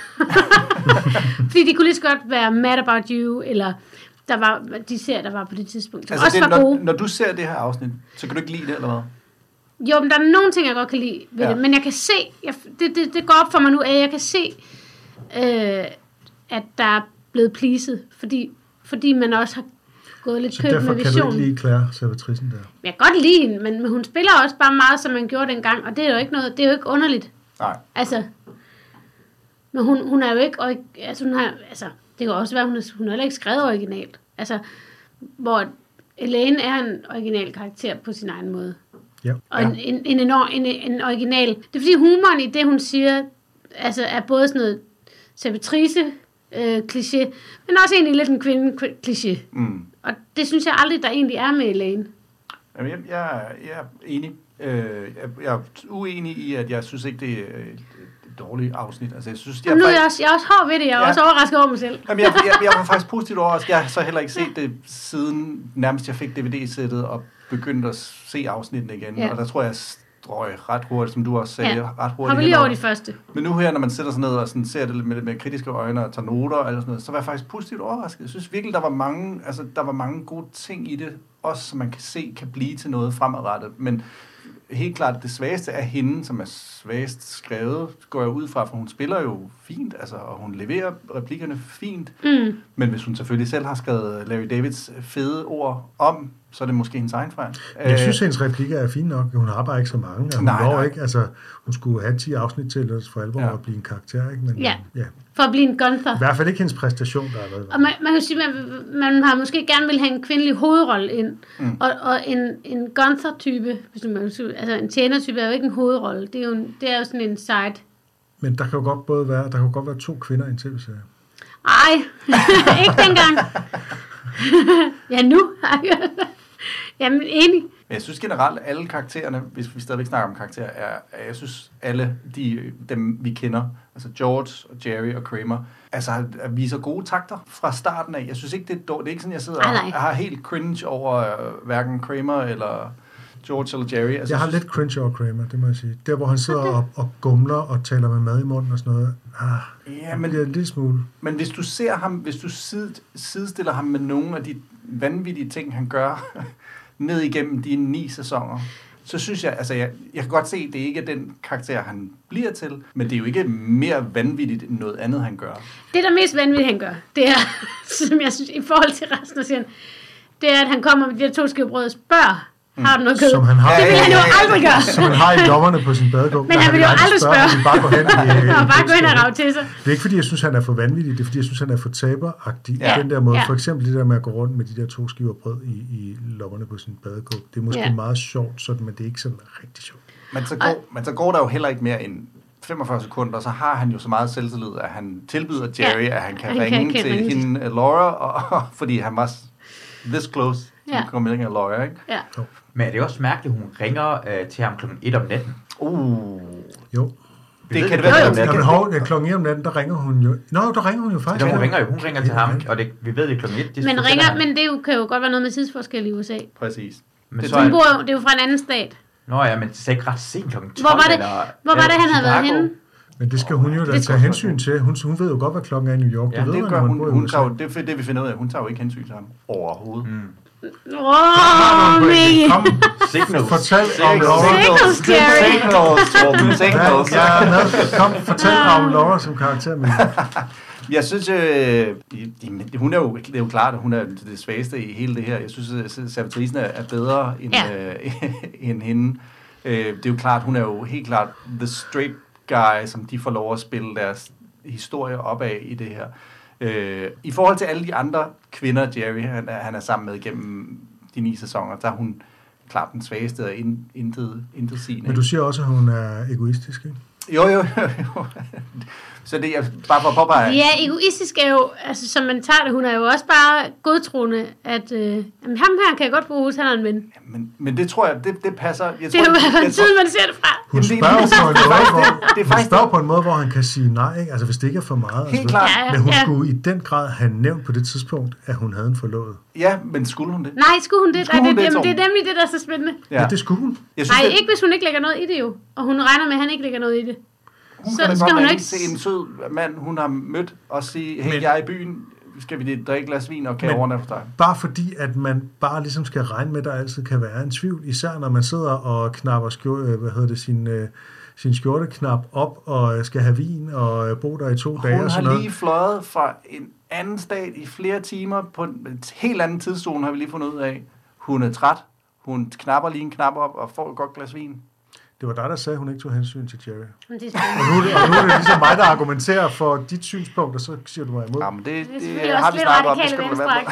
Fordi de kunne lige så godt være Mad About You, eller der var de serier, der var på det tidspunkt, som altså også det, var når, gode. når du ser det her afsnit, så kan du ikke lide det, eller hvad? Jo, men der er nogle ting, jeg godt kan lide ved Ja. det, men jeg kan se, jeg, det, det, det går op for mig nu, at jeg kan se, øh, at der er blevet pleaset, fordi, fordi man også har gået lidt Så køb derfor med kan du ikke visionen. lide Claire, servitricen der. Jeg kan godt lide hende, men, men hun spiller også bare meget, som man gjorde dengang, og det er jo ikke noget, det er jo ikke underligt. Nej. Altså, men hun, hun er jo ikke, orig- altså hun har, altså, det kan også være, hun er, hun er heller ikke skrevet originalt. Altså, hvor Elaine er en original karakter på sin egen måde. Ja. Og en, en, en, enorm, en, en original. Det er fordi humoren i det, hun siger, altså er både sådan noget servitrice øh, kliché, men også egentlig lidt en kvinde kliché. Mm. Og det synes jeg aldrig, der egentlig er med Elaine. Jamen, jeg, jeg, jeg er enig. Øh, jeg, jeg er uenig i, at jeg synes ikke, det er et dårligt afsnit. Altså, jeg synes, jeg, Og nu er faktisk, jeg også, jeg er også hård ved det, jeg er Ja. også overrasket over mig selv. Jamen, jeg, jeg, jeg var faktisk positivt overrasket. Jeg har så heller ikke set det siden nærmest jeg fik D V D-sættet og begyndte at se afsnittene igen. Ja. Og der tror jeg, jeg strøg ret hurtigt, som du også sagde, Ja. ret hurtigt. Har vi lige henover. over de første. Men nu her, når man sætter sig ned og sådan ser det lidt med, med kritiske øjne og tager noter og alt sådan noget, så var jeg faktisk positivt overrasket. Jeg synes virkelig, der var mange, altså, der var mange gode ting i det, også som man kan se kan blive til noget fremadrettet. Men helt klart det svageste af hende, som er svagest skrevet, går jeg ud fra, for hun spiller jo fint, altså, og hun leverer replikkerne fint. Mm. Men hvis hun selvfølgelig selv har skrevet Larry Davids fede ord om, så er det måske hendes egen fejl. Jeg synes, hendes replikker er fine nok. Hun har bare ikke så mange. Hun nej, nej. Ikke. Altså, hun skulle have ti afsnit til for alvor ja. at blive en karakter. Ikke? Men, ja. ja, for at blive en Gunther. I hvert fald ikke hendes præstation, der er været. Og man, man kan sige, man, man har måske gerne vil have en kvindelig hovedrolle ind. Mm. Og, og en, en Gunther-type, altså en tjener-type, er jo ikke en hovedrolle. Det er jo, en, det er jo sådan en side. Men der kan jo godt både være, der kan jo godt være to kvinder i en tv-serie. Ej, ikke dengang. Ja, nu har jeg Jamen, enig. Jeg synes generelt, at alle karaktererne, hvis vi stadigvæk snakker om karakterer, er, er jeg synes, alle de, dem vi kender, altså George og Jerry og Kramer, altså viser gode takter fra starten af. Jeg synes ikke, det er dårligt. Det er ikke sådan, jeg sidder og har helt cringe over uh, hverken Kramer eller George eller Jerry. Altså, jeg har lidt cringe over Kramer, det må jeg sige. Der, hvor han sidder okay. og, og gumler og taler med mad i munden og sådan noget. Ah, ja, men, det er en lille smule. Men hvis du ser ham, hvis du sid, sidestiller ham med nogle af de vanvittige ting, han gør ned igennem de ni sæsoner, så synes jeg, altså jeg, jeg kan godt se, at det ikke er den karakter, han bliver til, men det er jo ikke mere vanvittigt end noget andet, han gør. Det, der mest vanvittigt, han gør, det er, som jeg synes, i forhold til resten af serien, det er, at han kommer med de her to skiver brød og spørger, har du noget kød? Som han har, det vil han jo aldrig gøre. Som han har i lommerne på sin badekåb. Men han vil jo aldrig spørge. Han vil bare gå hen, i, og bare gå hen og rave til sig. Det er ikke, fordi jeg synes, han er for vanvittig. Det er, fordi jeg synes, han er for taberagtig. Ja. Den der måde. Ja. For eksempel det der med at gå rundt med de der to skiver brød i, i lommerne på sin badekåb. Det er måske ja. meget sjovt, sådan, men det er ikke sådan rigtig sjovt. Men så, går, men så går der jo heller ikke mere end femogfyrre sekunder, så har han jo så meget selvtillid, at han tilbyder Jerry, ja. at han kan han ringe kan, til hende, Laura, og, fordi han var this close til ja. komme med Laura, ikke? Ja. Men er det også mærkeligt, at hun ringer øh, til ham klokken et om natten? Uh. Jo. Det kan det være. Ja, men hov, klokken et om natten, der ringer hun jo. Nå, der ringer hun jo faktisk. Ja, hun ringer jo. Hun ringer til ham, og det, vi ved det klokken et. Men ringer, men det jo, kan jo godt være noget med tidsforskel i U S A. Præcis. Men det, så er, bor, det er jo fra en anden stat. Nå ja, men det er ikke ret sent klokken tolv. Hvor var det, eller, hvor var det han havde været henne? Men det skal hun jo da tage hensyn til. Hun, hun ved jo godt, hvad klokken er i New York. Ja, det, det gør hun. hun, hun tager, det er det, vi finder ud af. Hun tager jo ikke hensyn til ham overhovedet. Mm. Åh, oh, Mikkel. Kom, signals. Fortæl om Laura. Signals, Jerry. Signals, signals. Ja, med. Kom, fortæl om Laura som karakter, Mikkel. Jeg synes, øh, hun er jo, det er jo klart, at hun er det svageste i hele det her. Jeg synes, at servitrisen er bedre end, ja. øh, end hende. Øh, det er jo klart, hun er jo helt klart the straight guy, som de får lov at spille deres historie op af i det her. Øh, I forhold til alle de andre kvinder, Jerry han er, han er sammen med gennem de ni sæsoner, der er hun klart den svageste og in, intet, intet sigende. Men du siger også, at hun er egoistisk, ikke? Jo, jo, jo. jo. Så det er bare for at påpege. Ja, egoistisk er jo, altså som man tager det, hun er jo også bare godtroende, at øh, jamen, ham her kan jeg godt bruge hos, han er en ven. Ja, men, men det tror jeg, det, det passer. Jeg det tror, er jo jeg, bare en tid, man ser det fra. Hun spørger, det, på, en måde, hvor, det er faktisk, spørger på en måde, hvor han kan sige nej, ikke? Altså hvis det ikke er for meget. Helt altså, klart. Ja, ja, men hun ja. skulle i den grad have nævnt på det tidspunkt, at hun havde en forlovet. Ja, men skulle hun det? Nej, skulle hun det? Skulle Nej, hun det, det, det, det er nemlig det, der er så spændende. Ja, ja det skulle hun. Jeg synes, Nej, det... ikke hvis hun ikke lægger noget i det jo. Og hun regner med, at han ikke lægger noget i det. Hun så kan skal hun ikke se en sød mand, hun har mødt, og sige, hey, men, jeg er i byen, skal vi drikke et glas vin og kan overnatte for dig? Bare fordi, at man bare ligesom skal regne med, at der altid kan være en tvivl, især når man sidder og knapper skjorte, hvad hedder det, sin, uh, sin skjorteknap op, og skal have vin, og bo der i to hun dage. Hun og sådan har noget. lige fløjet fra en anden stat i flere timer, på en helt anden tidszone har vi lige fundet ud af. Hun er træt, hun knapper lige en knap op, og får et godt glas vin. Det var dig, der sagde, at hun ikke tog hensyn til Jerry. Det er og, nu, og nu er det ligesom mig, der argumenterer for dit synspunkt, og så siger du mig imod. Jamen, det, det, det, det har vi snakket om. Det skal du være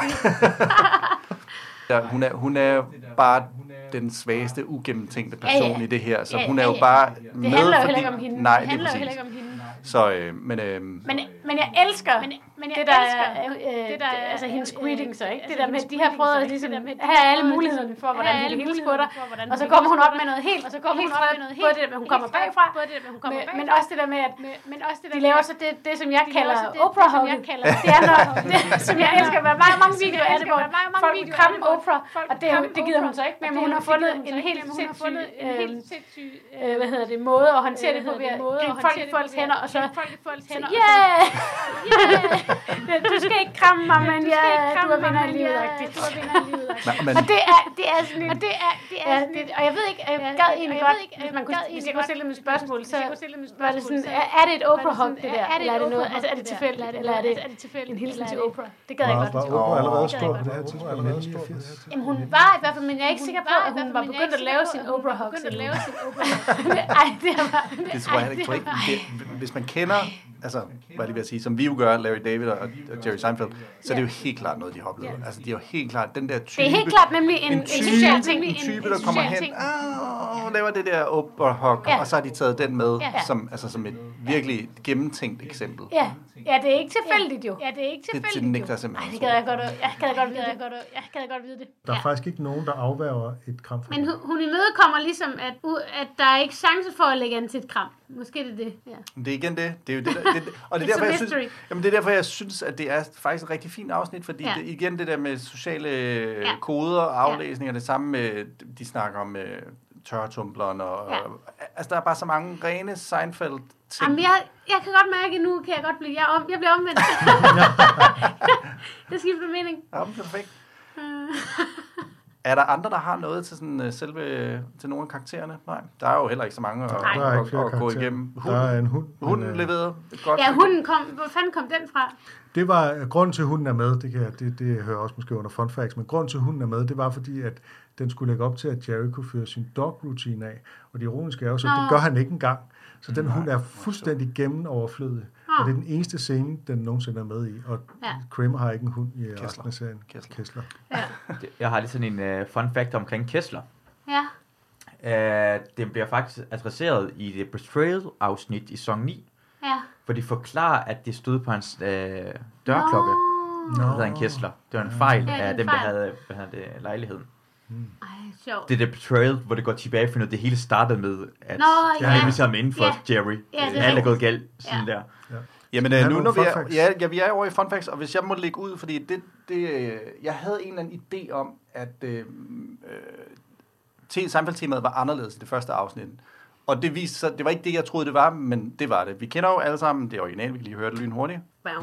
ja, hun, er, hun er bare den svageste, ugennemtænkte person ja, ja. i det her, så hun er jo bare det med, handler jo fordi... heller ikke om hende. Nej, det handler jo heller ikke om hende. Så, øh, men, øh, men, men jeg elsker men, men jeg det, der elsker, er, øh, det der er, altså hendes greetings, ikke? Altså det der med, de har prøvet at ligesom, her er alle mulighederne for, hvordan de kan hilse på dig, og så kommer hun op med noget helt, og så kommer hun op med noget helt, både det der med, hun kommer bagfra, men også det der med, at de laver så det, det som jeg kalder Oprah-hugget. Det er noget, som jeg elsker, der er meget mange videoer af det, hvor folk vil kramme Oprah, og det gider hun så ikke, men hun har fundet en helt sindssyg, hvad hedder det, måde at håndtere det på, ved at gribe folk i folks hænder, og så, så yeah, yeah, du skal ikke kramme mig, men ja, du er vinder i livet. Men, Og det er, det er sådan en, og det er, det er sådan en, og jeg ved ikke, jeg gad egentlig godt, hvis man kunne, hvis jeg kunne stille dem et spørgsmål, så var det sådan, er, er det et Oprah-hug, det der, eller er det noget, altså er det tilfældigt, eller er det en hilsen til Oprah? Det gad jeg godt. Var Oprah allerede stor på det her tidspunkt? Jamen hun var i hvert fald, men jeg er ikke sikker på, at hun var begyndt at lave sin Oprah-hug. Ej, det var... det tror jeg ikke. Det, hvis man kender, altså, hvad det vil sige, som vi jo gør, Larry David og, og Jerry Seinfeld, så er det jo helt klart noget, de har oplevet. Altså, de er jo helt klart den der type... Det er helt klart nemlig en, en, type, social ting. En type, der kommer hen og laver det der Oprah-hug, ja. Og så har de taget den med, ja. som, altså, som et virkelig gennemtænkt eksempel. Ja. Ja, det er ikke tilfældigt jo. Ja, det er ikke tilfældigt. Det nægter simpelthen. Ej, det gad jeg godt. Jeg gad godt vide det. Jeg gad godt vide det. Der er faktisk ikke nogen, der afværger et kram. Men hun, hun imødekommer ligesom, at, at der er ikke chance for at lægge an til et kram. Måske det er det. Ja. Det er igen det. Det er jo det, der, det og det er derfor jeg synes, jamen det er derfor jeg synes, at det er faktisk et rigtig fint afsnit, fordi ja. det, igen det der med sociale ja. koder og aflæsninger, ja. Det samme med de snakker om uh, tørretumbleren og ja. Altså der er bare så mange rene Seinfeld ting. Jamen jeg, jeg kan godt mærke, at nu kan jeg godt blive jeg, om, jeg bliver omvendt. Det skifter mening. Ja, perfekt. Er der andre, der har noget til sådan, uh, selve til nogle af karaktererne? Nej, der er jo heller ikke så mange at, der er ikke at, at gå igennem. Hunden, der er en hund. Hunden men, leverede godt. Ja, hunden kom. Hvor fanden kom den fra? Det var grunden til, at hunden er med. Det, kan jeg, det, det hører også måske under fun facts. Men grunden til, at hunden er med, det var fordi, at den skulle lægge op til, at Jerry kunne føre sin dog-routine af. Og det ironiske er jo så, det gør han ikke engang. Så den hund er fuldstændig gennem-overflødig. Og det er den eneste scene, den nogensinde er med i. Og ja. Kramer har ikke en hund i resten af serien. Kessler. Kessler. Ja. Jeg har lige sådan en uh, fun fact omkring Kessler. Ja. Uh, den bliver faktisk adresseret i det Betrayal-afsnit i sæson ni. Ja. For de forklarer, at det stod på hans uh, dørklokke. No. Det hedder en Kessler. Det var en fejl ja, af dem, der havde, hvad havde det, lejligheden. Hmm. Ej, sjovt. Det er det Betrayal, hvor det går tilbage, for det hele startede med, at Nå, jeg har inviteret ham inden for yeah. Jerry. Ja, det alt er gået galt. Sådan ja. Der. Ja. Jamen øh, nu når vi er, ja, ja, vi er over i fun facts, og hvis jeg må lægge ud, fordi det, det, øh, jeg havde en eller anden idé om, at øh, øh, Seinfeld-temaet var anderledes i det første afsnit. Og det viste sig, det var ikke det, jeg troede, det var, men det var det. Vi kender jo alle sammen, det er originalt, vi kan lige høre det lynhurtigt.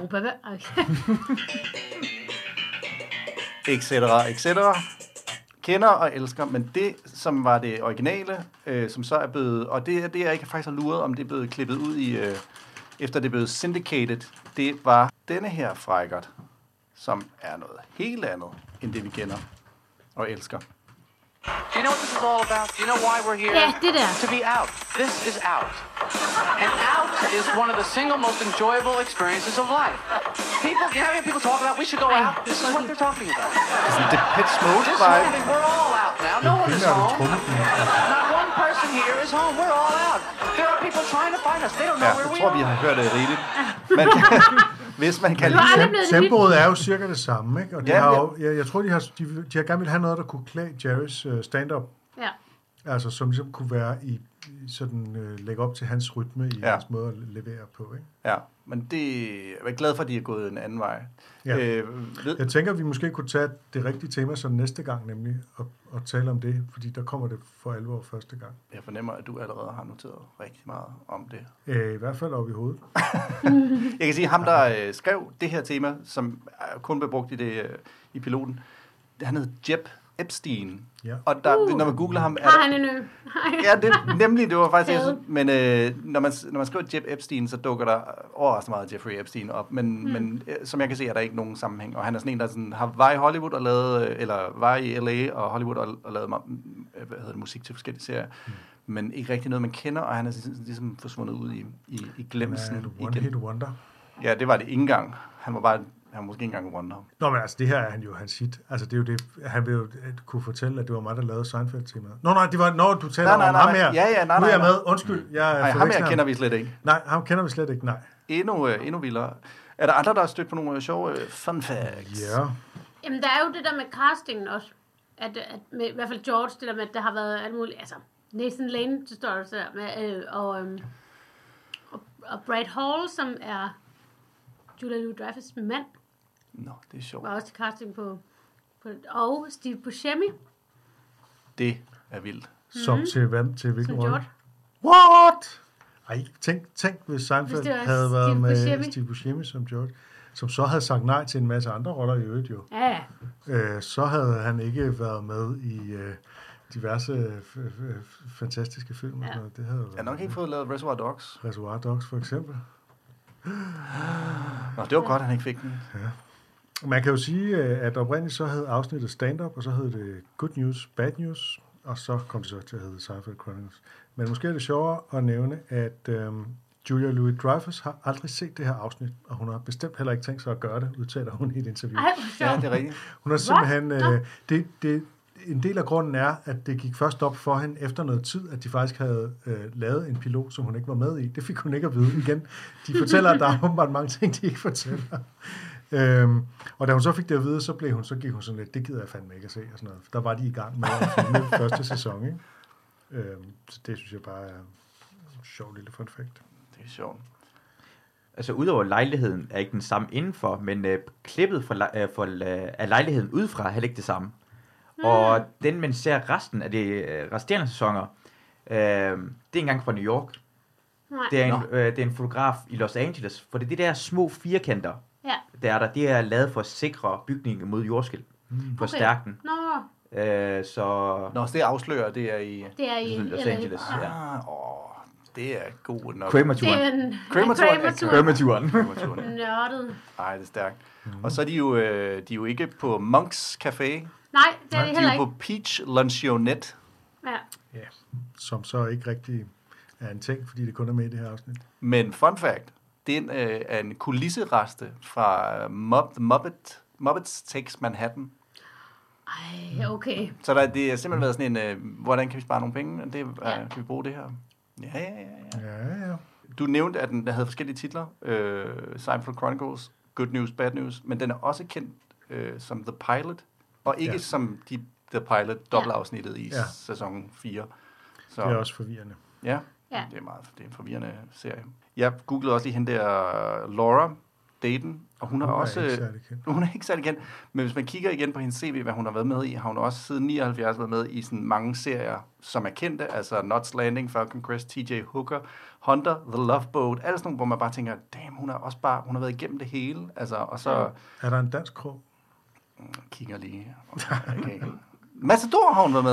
Etc, et cetera. Kender og elsker, men det, som var det originale, øh, som så er blevet, og det er det, jeg ikke faktisk har luret, om det er blevet klippet ud i, øh, efter det er blevet syndicated, det var denne her frækkert, som er noget helt andet, end det vi kender og elsker. Do you know what this is all about? Do you know why we're here? Ja, det der. To be out. This is out. And out is one of the single most enjoyable experiences of life. People, you know, people talk about we should go out. This is what they're talking about. This is the Pitch Mode This vibe. morning, we're all out now. No one is home. Not one person here is home. We're all out. There are people trying to find us. They don't know ja, where we jeg tror, are. vi har hørt det rigeligt. Men hvis man kan lide... Tempoet er jo cirka det samme, ikke? Og de ja, har jo, jeg, jeg tror, de har, de, de har gerne vil have noget, der kunne klæde Jerrys uh, stand-up. Ja. Altså, som ligesom kunne være i, i sådan, uh, lægge op til hans rytme i ja. hans måde at levere på, ikke? Ja, men det, jeg er glad for, at de er gået en anden vej. Ja. Øh, ved... Jeg tænker, at vi måske kunne tage det rigtige tema som næste gang, nemlig at, at tale om det, fordi der kommer det for alvor første gang. Jeg fornemmer, at du allerede har noteret rigtig meget om det. Øh, I hvert fald oppe i hovedet. Jeg kan sige, at ham, der øh, skrev det her tema, som kun blev brugt i, det, øh, i piloten, han hed Jeb Epstein. Ja. Og der, uh, når man googler ham... Har han en ø? Ja, det, nemlig, det var faktisk... Jeg synes, men øh, når, man, når man skriver Jeb Epstein, så dukker der overraskende meget Jeffrey Epstein op. Men, hmm. men øh, som jeg kan se, er der ikke nogen sammenhæng. Og han er sådan en, der sådan, har var i Hollywood og lavet... Øh, eller var i L A og Hollywood og, og lavet øh, hvad hedder det, musik til forskellige serier. Hmm. Men ikke rigtig noget, man kender, og han er ligesom forsvundet ud i, i, i glemmelsen. Han er one hit wonder. Ja, det var det ikke engang. Han var bare... Han var måske ikke engang wonder. Nå, men altså, det her er han jo hans hit. Altså, det er jo det, han vil jo kunne fortælle, at det var mig, der lavede Seinfeld-temaet. Nå, nej, det var, når du taler nej, nej, nej, om ham her. Ja, ja, nej, nu er jeg nej, nej. med. Undskyld, jeg nej, ham her kender vi slet ikke. Nej, ham kender vi slet ikke, nej. Endnu, uh, endnu vildere. Er der andre, der har stødt på nogle uh, sjove uh, fun facts? Ja. Jamen, der er jo det der med castingen også. At, at med, i hvert fald George, det der med, at der har været alt muligt. Altså, Nathan Lane, det står der så der med, øh, og, øhm, og, og Brad Hall, som er Julia Louis-Dreyfus' mand. Nå, det er sjovt. Var også til casting på, på og Steve Buscemi. Det er vildt. Som mm-hmm. til hvem? Til hvilken rolle? George. What? Ej, tænk, tænk hvis Seinfeld Hvis det var havde været Steve med Buscemi. Steve Buscemi som George, som så havde sagt nej til en masse andre roller i øvrigt jo. Ja, ja. Øh, så havde han ikke været med i øh, diverse øh, f- f- fantastiske film. Og Ja. sådan noget. Det havde Jeg har nok ikke fået lavet Reservoir Dogs. Reservoir Dogs for eksempel. Nå, det var godt, at han ikke fik den. Man kan jo sige, øh, at oprindeligt så havde afsnittet stand-up, og så hed det Good News, Bad News, og så kom det så til at hedde Seinfeld Chronicles. Men måske er det sjovere at nævne, at øhm, Julia Louis-Dreyfus har aldrig set det her afsnit, og hun har bestemt heller ikke tænkt sig at gøre det, udtaler hun i et interview. Ej, hvor Ja, sjovt. det er rigtigt. Hun har simpelthen... Øh, det, det, en del af grunden er, at det gik først op for hende efter noget tid, at de faktisk havde øh, lavet en pilot, som hun ikke var med i. Det fik hun ikke at vide igen. De fortæller, at der er åbenbart mange ting, de ikke fortæller. Øhm, og da hun så fik det at vide, så, blev hun, så gik hun sådan lidt, det gider jeg fandme ikke at se. Og sådan noget. Der var de i gang med at filme første sæson. Ikke? Øhm, så det synes jeg bare er en sjov lille fun fact. Det er sjovt. Altså udover lejligheden er ikke den samme indenfor, men øh, klippet for, le- øh, for, øh, af lejligheden udefra er heller ikke det samme. Mm. Og den, man ser resten af de øh, resterende sæsoner, øh, det er ikke engang fra New York. Nej. Det er, en, øh, det er en fotograf i Los Angeles, for det er de der små firkanter, Ja. der er der, det er lavet for at sikre bygningen mod jordskælv, mm. for at stærke den. Nå, Øh, så Nå, så det afslører, det er i... det er i Los L A. Angeles, ja. Ah, åh, det er god nok. Det Kramer-turen. er en Kramer-turen, ja, Kramer-turen. Kramer-turen. Kramer-turen. Nørdet. Ej, det er stærkt. Mm. Og så er de jo, øh, de er jo ikke på Monks Café. Nej, det er det De heller er jo ikke. på Peach Luncheonette. Ja. Ja, som så ikke rigtig er en ting, fordi det kun er med i det her afsnit. Men fun fact, den øh, er en kulissereste fra uh, Mupp, The Muppet, Muppets Takes Manhattan. Ej, okay. Så der, det har simpelthen været sådan en, øh, hvordan kan vi spare nogle penge? Det, øh, Ja. kan vi bruge det her? Ja, ja, ja, ja. Ja, ja. Du nævnte, at den havde forskellige titler. Øh, Seinfeld Chronicles, Good News, Bad News. Men den er også kendt øh, som The Pilot. Og ikke Ja. som de, The Pilot, dobbeltafsnittet i Ja. sæson fire. Så, Det er også forvirrende. Ja, Ja. det er meget det er en forvirrende serie. Jeg googlede også lige hende der Laura Dayton, og hun, Hun har er også... ikke særlig kendt. Hun er ikke særlig kendt, men hvis man kigger igen på hendes C V, hvad hun har været med i, har hun også siden nioghalvfjerds været med i sådan mange serier, som er kendte, altså Knots Landing, Falcon Crest, T J Hooker, Hunter, The Love Boat, alt sådan nogle, hvor man bare tænker, damn, hun har også bare, hun har været igennem det hele, altså, og så Er der en dansk krog? kigger lige. Okay. Matador har hun været med.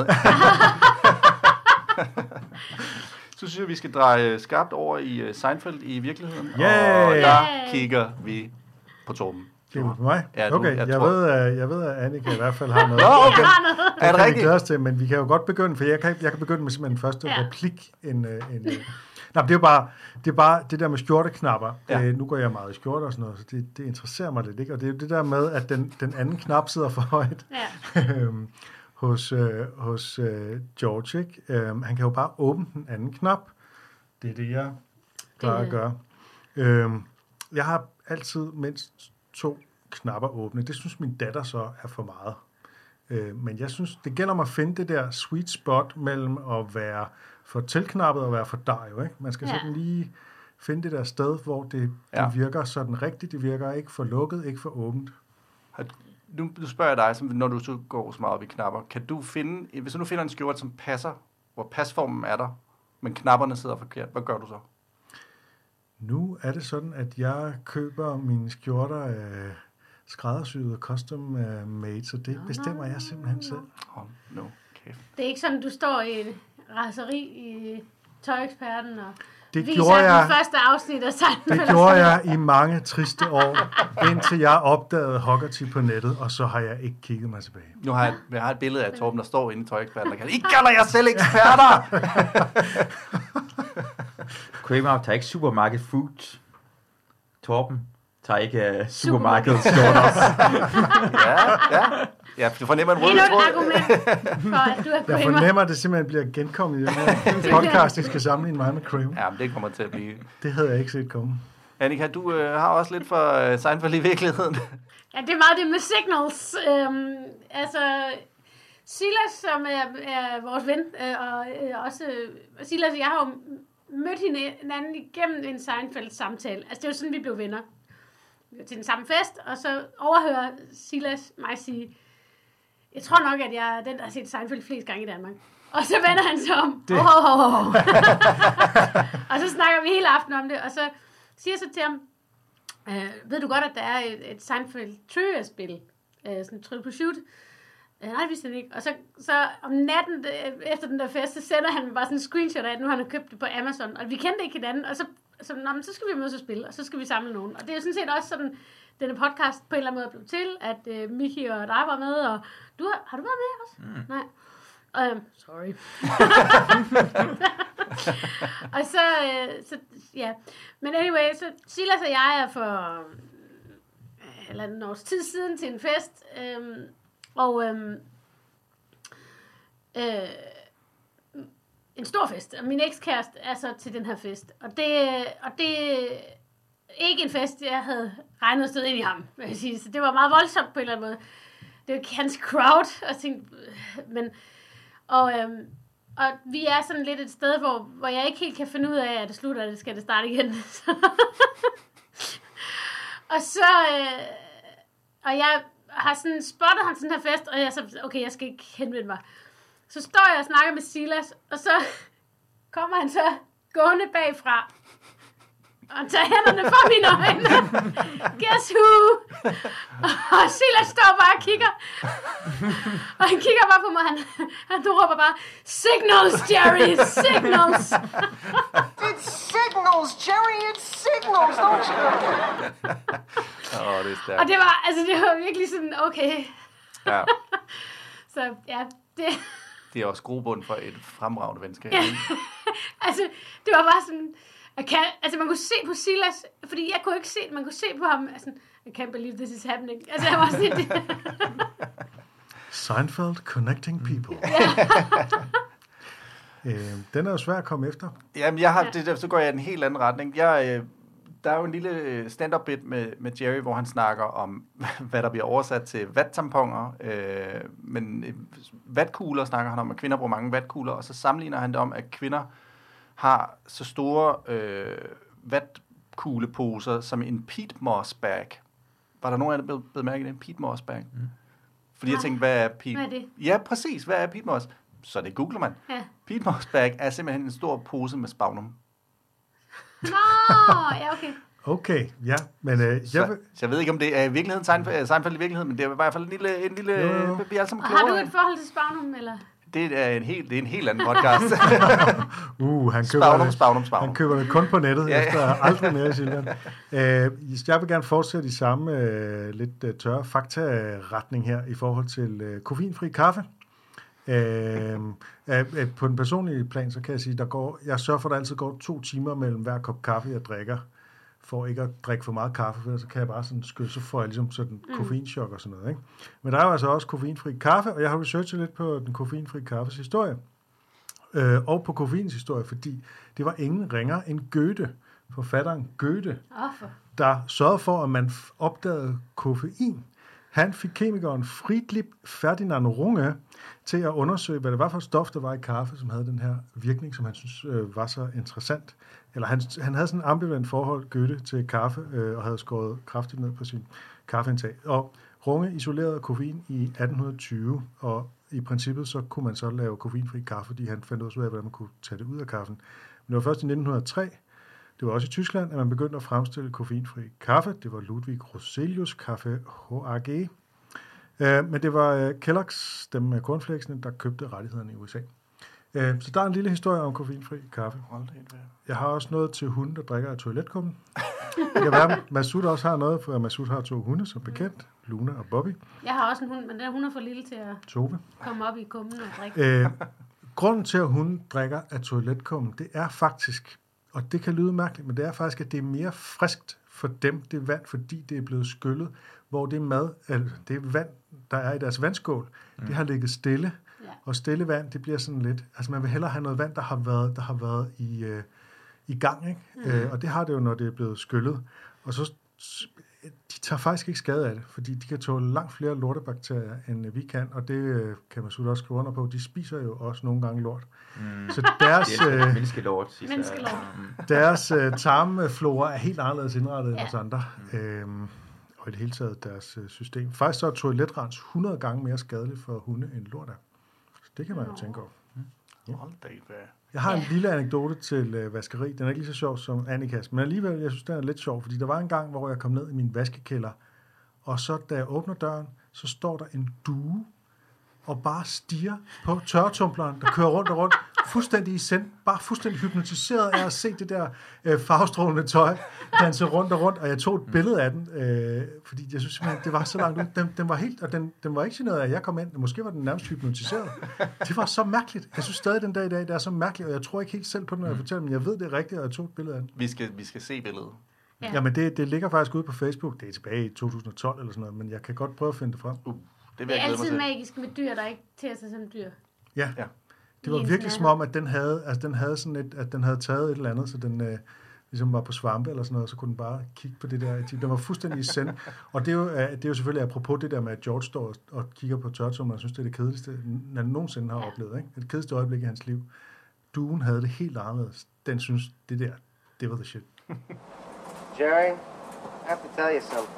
Så synes jeg, vi skal dreje skarpt over i uh, Seinfeld i virkeligheden. Yay! Og der Yay! kigger vi på Torben. Det er på mig? Ja, du- okay, jeg jeg, tror- ved, at, jeg ved, at Annika i hvert fald har noget. Nå, okay. Jeg har noget. Er det Det kan vi rigtigt? glæde os til, men vi kan jo godt begynde, for jeg kan, jeg kan begynde med simpelthen den første Ja. ja. replik. En, øh, en, øh. Nej, det er jo bare det, er bare det der med skjorteknapper. Ja. Ja. Øh, nu går jeg meget i skjorter og sådan noget, så det, det interesserer mig lidt. Ikke? Og det er jo det der med, at den, den anden knap sidder for højt Ja. øhm, hos, øh, hos øh, George. Ikke? Øhm, han kan jo bare åbne den anden knap. Det er det, jeg plejer at gøre. Øhm, jeg har altid mindst to knapper åbne. Det synes min datter så er for meget. Øh, men jeg synes, det gælder om at finde det der sweet spot mellem at være for tilknappet og være for dig. Ikke? Man skal Ja. sådan lige finde det der sted, hvor det, det Ja. virker sådan rigtigt. Det virker ikke for lukket, ikke for åbent. Har- Nu, nu spørger jeg dig, som, når du så går så meget op i knapper, kan du finde, hvis du nu finder en skjorte, som passer, hvor pasformen er der, men knapperne sidder forkert, hvad gør du så? Nu er det sådan, at jeg køber mine skjorter af skræddersyede custom øh, made, så det bestemmer jeg simpelthen selv. Hold nu kæft. Det er ikke sådan, du står i en raseri i Tøjeksperten og Det viser gjorde jeg. den første afsnit af Seinfeld. Det gjorde jeg i mange triste år, indtil jeg opdagede Hoggerty på nettet, og så har jeg ikke kigget mig tilbage. Nu har jeg, jeg har et billede af Torben, der står inde i tøjeksperten, der kalder, I kalder jer selv eksperter! Kramer tager ikke supermarket food. Torben tager ikke uh, supermarkedet skjorter. ja, ja. Ja, du fornemmer en rød Endnu et tråd. argument for, at du er Jeg Kramer. fornemmer, at det simpelthen bliver genkommet i den her podcast, jeg skal sammenligne mig med Kramer. Ja, men det kommer til at blive. Det havde jeg ikke set komme. Annika, du øh, har også lidt for øh, Seinfeld i virkeligheden. Ja, det er meget det med signals. Øhm, altså, Silas, som er, er vores ven, øh, og øh, også øh, Silas og jeg har jo mødt hinanden igennem en Seinfeld-samtale. Altså, det er jo sådan, vi blev venner. Vi var til den samme fest, og så overhører Silas mig sige, jeg tror nok, at jeg er den, der har set Seinfeld flest gange i Danmark. Og så vender han sig om. Oh, oh, oh, oh. Og så snakker vi hele aftenen om det, og så siger jeg så til ham, øh, ved du godt, at der er et, et Seinfeld trivia-spil, øh, sådan et Triple Pursuit? Øh, nej, det vidste han ikke. Og så, så om natten øh, efter den der fest, så sender han bare sådan en screenshot af, at nu har han købt det på Amazon, og vi kendte ikke hinanden, og så, så, nå, men så skal vi mødes og spille, og så skal vi samle nogen. Og det er jo sådan set også sådan, denne podcast på en eller anden måde blev til, at øh, Miki og dig var med, og du har, har du været med også? Mm. Nej. Um, sorry. Og så, øh, så, ja. Men anyway, så Silas og jeg er for øh, eller en års tid siden til en fest, øh, og øh, øh, en stor fest, og min ekskæreste er så til den her fest, og det, og det er ikke en fest, jeg havde regnet at støde ind i ham, vil jeg sige. Så det var meget voldsomt på en eller anden måde. Det var hans crowd, og jeg tænkte, men Og, øhm, og vi er sådan lidt et sted, hvor, hvor jeg ikke helt kan finde ud af, at det slutter, at det skal det starte igen. Og så, øh, og jeg har sådan spottet ham til den her fest, og jeg så, okay, jeg skal ikke henvende mig. Så står jeg og snakker med Silas, og så kommer han så gående bagfra, og tager hænderne fra mine øjne. Guess who? Og Silas står bare og kigger. Og han kigger bare på mig. Han, han råber bare, signals, Jerry, signals. It's signals, Jerry, it's signals, don't you know? Åh, det er stærkt. Og det var, altså det var virkelig sådan, okay. Ja. Så ja, det... Det er også grobund for et fremragende venskab. Ja. Altså, det var bare sådan... Jeg kan, altså man kunne se på Silas, fordi jeg kunne ikke se, man kunne se på ham, altså, I can't believe this is happening. Altså jeg var sådan Seinfeld connecting people. øh, den er jo svær at komme efter. Jamen, jeg har, Ja. det, der, så går jeg i en helt anden retning. Jeg, øh, der er jo en lille stand-up bit med, med Jerry, hvor han snakker om, hvad der bliver oversat til vattamponer. Øh, men øh, vatkugler snakker han om, at kvinder bruger mange vatkugler, og så sammenligner han det om, at kvinder har så store øh, vatkugleposer som en peat moss bag. Var der nogen af jer, der blev mærke i den peat moss bag? Mm. Fordi jeg tænkte, hvad er peat? Hvad er det? Ja, præcis. Hvad er peat moss? Så det googler man. Ja. Peat moss bag er simpelthen en stor pose med spagnum. Nå, ja okay. Okay, ja, men øh, Så, jeg vil... så jeg ved ikke, om det er i virkeligheden Seinfeld, Seinfeld i virkeligheden, men det er i hvert fald en lille... En lille Jo, jo. vi er alle sammen Og har du klogere. et forhold til Spagnum, eller? Det er en helt, det er en helt anden podcast. Uh, han køber, Spagnum, det, spagnum, spagnum. han køber det kun på nettet, Ja, ja. efter aldrig mere i Silvan. Øh, jeg vil gerne fortsætte i samme øh, lidt øh, tørre fakta-retning her i forhold til øh, koffeinfri kaffe. Øh, øh, på den personlige plan, så kan jeg sige, der går, jeg sørger for, at der altid går to timer mellem hver kop kaffe, jeg drikker, for ikke at drikke for meget kaffe, for så kan jeg bare sådan skyde, så får jeg ligesom sådan mm. koffeinchok og sådan noget. Ikke? Men der er jo altså også koffeinfri kaffe, og jeg har researchet lidt på den koffeinfri kaffes historie, øh, og på koffeins historie, fordi det var ingen ringer end Goethe, forfatteren Goethe, Åh, for... der sørgede for, at man f- opdagede koffein. Han fik kemikeren Friedrich Ferdinand Runge til at undersøge, hvad det var for et stof, der var i kaffe, som havde den her virkning, som han synes øh, var så interessant. Eller han, han havde sådan en ambivalent forhold, Goethe, til kaffe, øh, og havde skåret kraftigt ned på sin kaffeindtag. Og Runge isolerede koffein i atten tyve, og i princippet så kunne man så lave koffeinfri kaffe, fordi han fandt også ud af, hvordan man kunne tage det ud af kaffen. Men det var først i nitten hundrede og tre, det var også i Tyskland, at man begyndte at fremstille koffeinfri kaffe. Det var Ludwig Roselius Kaffe H A G. Uh, men det var uh, Kellogg's, dem med cornflakesene, der købte rettighederne i U S A. Uh, så der er en lille historie om koffeinfri kaffe. Jeg har også noget til hunde, der drikker af toiletkummen. Det kan være, at Masud også har noget, for Masud har to hunde, som bekendt. Luna og Bobby. Jeg har også en hund, men den hun er for lille til at Tove. komme op i kummen og drikke. Uh, grunden til, at hunde drikker af toiletkummen, det er faktisk, og det kan lyde mærkeligt, men det er faktisk, at det er mere friskt for dem, det er vand, fordi det er blevet skyllet, hvor det mad, altså det er vand, der er i deres vandskål, mm. det har ligget stille, Ja. og stille vand, det bliver sådan lidt, altså man vil hellere have noget vand, der har været, der har været i, øh, i gang, ikke? Mm. Øh, og det har det jo, når det er blevet skyllet, og så de tager faktisk ikke skade af det, fordi de kan tåle langt flere lortebakterier, end vi kan, og det øh, kan man så også skrive under på. De spiser jo også nogle gange lort. Mm. Så deres, Det er øh, menneskelort, siger jeg. Menneskelort. Mm. deres øh, tarmflora er helt anderledes indrettet end Ja. os andre. Øhm, og i det hele taget deres øh, system. Faktisk så er toiletrens hundrede gange mere skadeligt for hunde end lort er. Så det kan man jo tænke over. Hold da i hvad. Jeg har en Ja. lille anekdote til øh, vaskeri. Den er ikke lige så sjov som Annikas, men alligevel, jeg synes, den er lidt sjov, fordi der var en gang, hvor jeg kom ned i min vaskekælder, og så da jeg åbner døren, så står der en due og bare stiger på tørretumbleren, der kører rundt og rundt, fuldstændig i send, bare fuldstændig hypnotiseret af at se det der øh, farvestrålende tøj danse rundt og rundt, og jeg tog et billede af den, øh, fordi jeg synes simpelthen, det var så langt ud. Den, den var helt, og den, den var ikke generet af, at jeg kom ind. Måske var den nærmest hypnotiseret. Det var så mærkeligt. Jeg synes stadig den dag i dag, det er så mærkeligt, og jeg tror ikke helt selv på den, når jeg fortæller, men jeg ved det er rigtigt, og jeg tog et billede af den. Vi skal, vi skal se billedet. Ja. Jamen, det, det ligger faktisk ude på Facebook. Det er tilbage i to tusind og tolv eller sådan noget, men jeg kan godt prøve at finde det frem. Uh, det vil Det er jeg glæde mig altid til. magisk med dyr, der ikke tager sig som dyr. Ja. Ja. Det var Lige virkelig ens som om, at den havde, altså den havde sådan et, at den havde taget et eller andet, så den øh, ligesom var på svampe eller sådan noget, så kunne den bare kigge på det der. Den var fuldstændig i send. Og det er, jo, øh, det er jo selvfølgelig apropos det der med, at George står og kigger på tørretumbleren, og synes, det er det kedeligste, han nogensinde har Ja. oplevet. Ikke? Det kedeligste øjeblik i hans liv. Duen havde det helt anderledes. Den synes, det der, det var the shit. Jerry, I have to tell you something.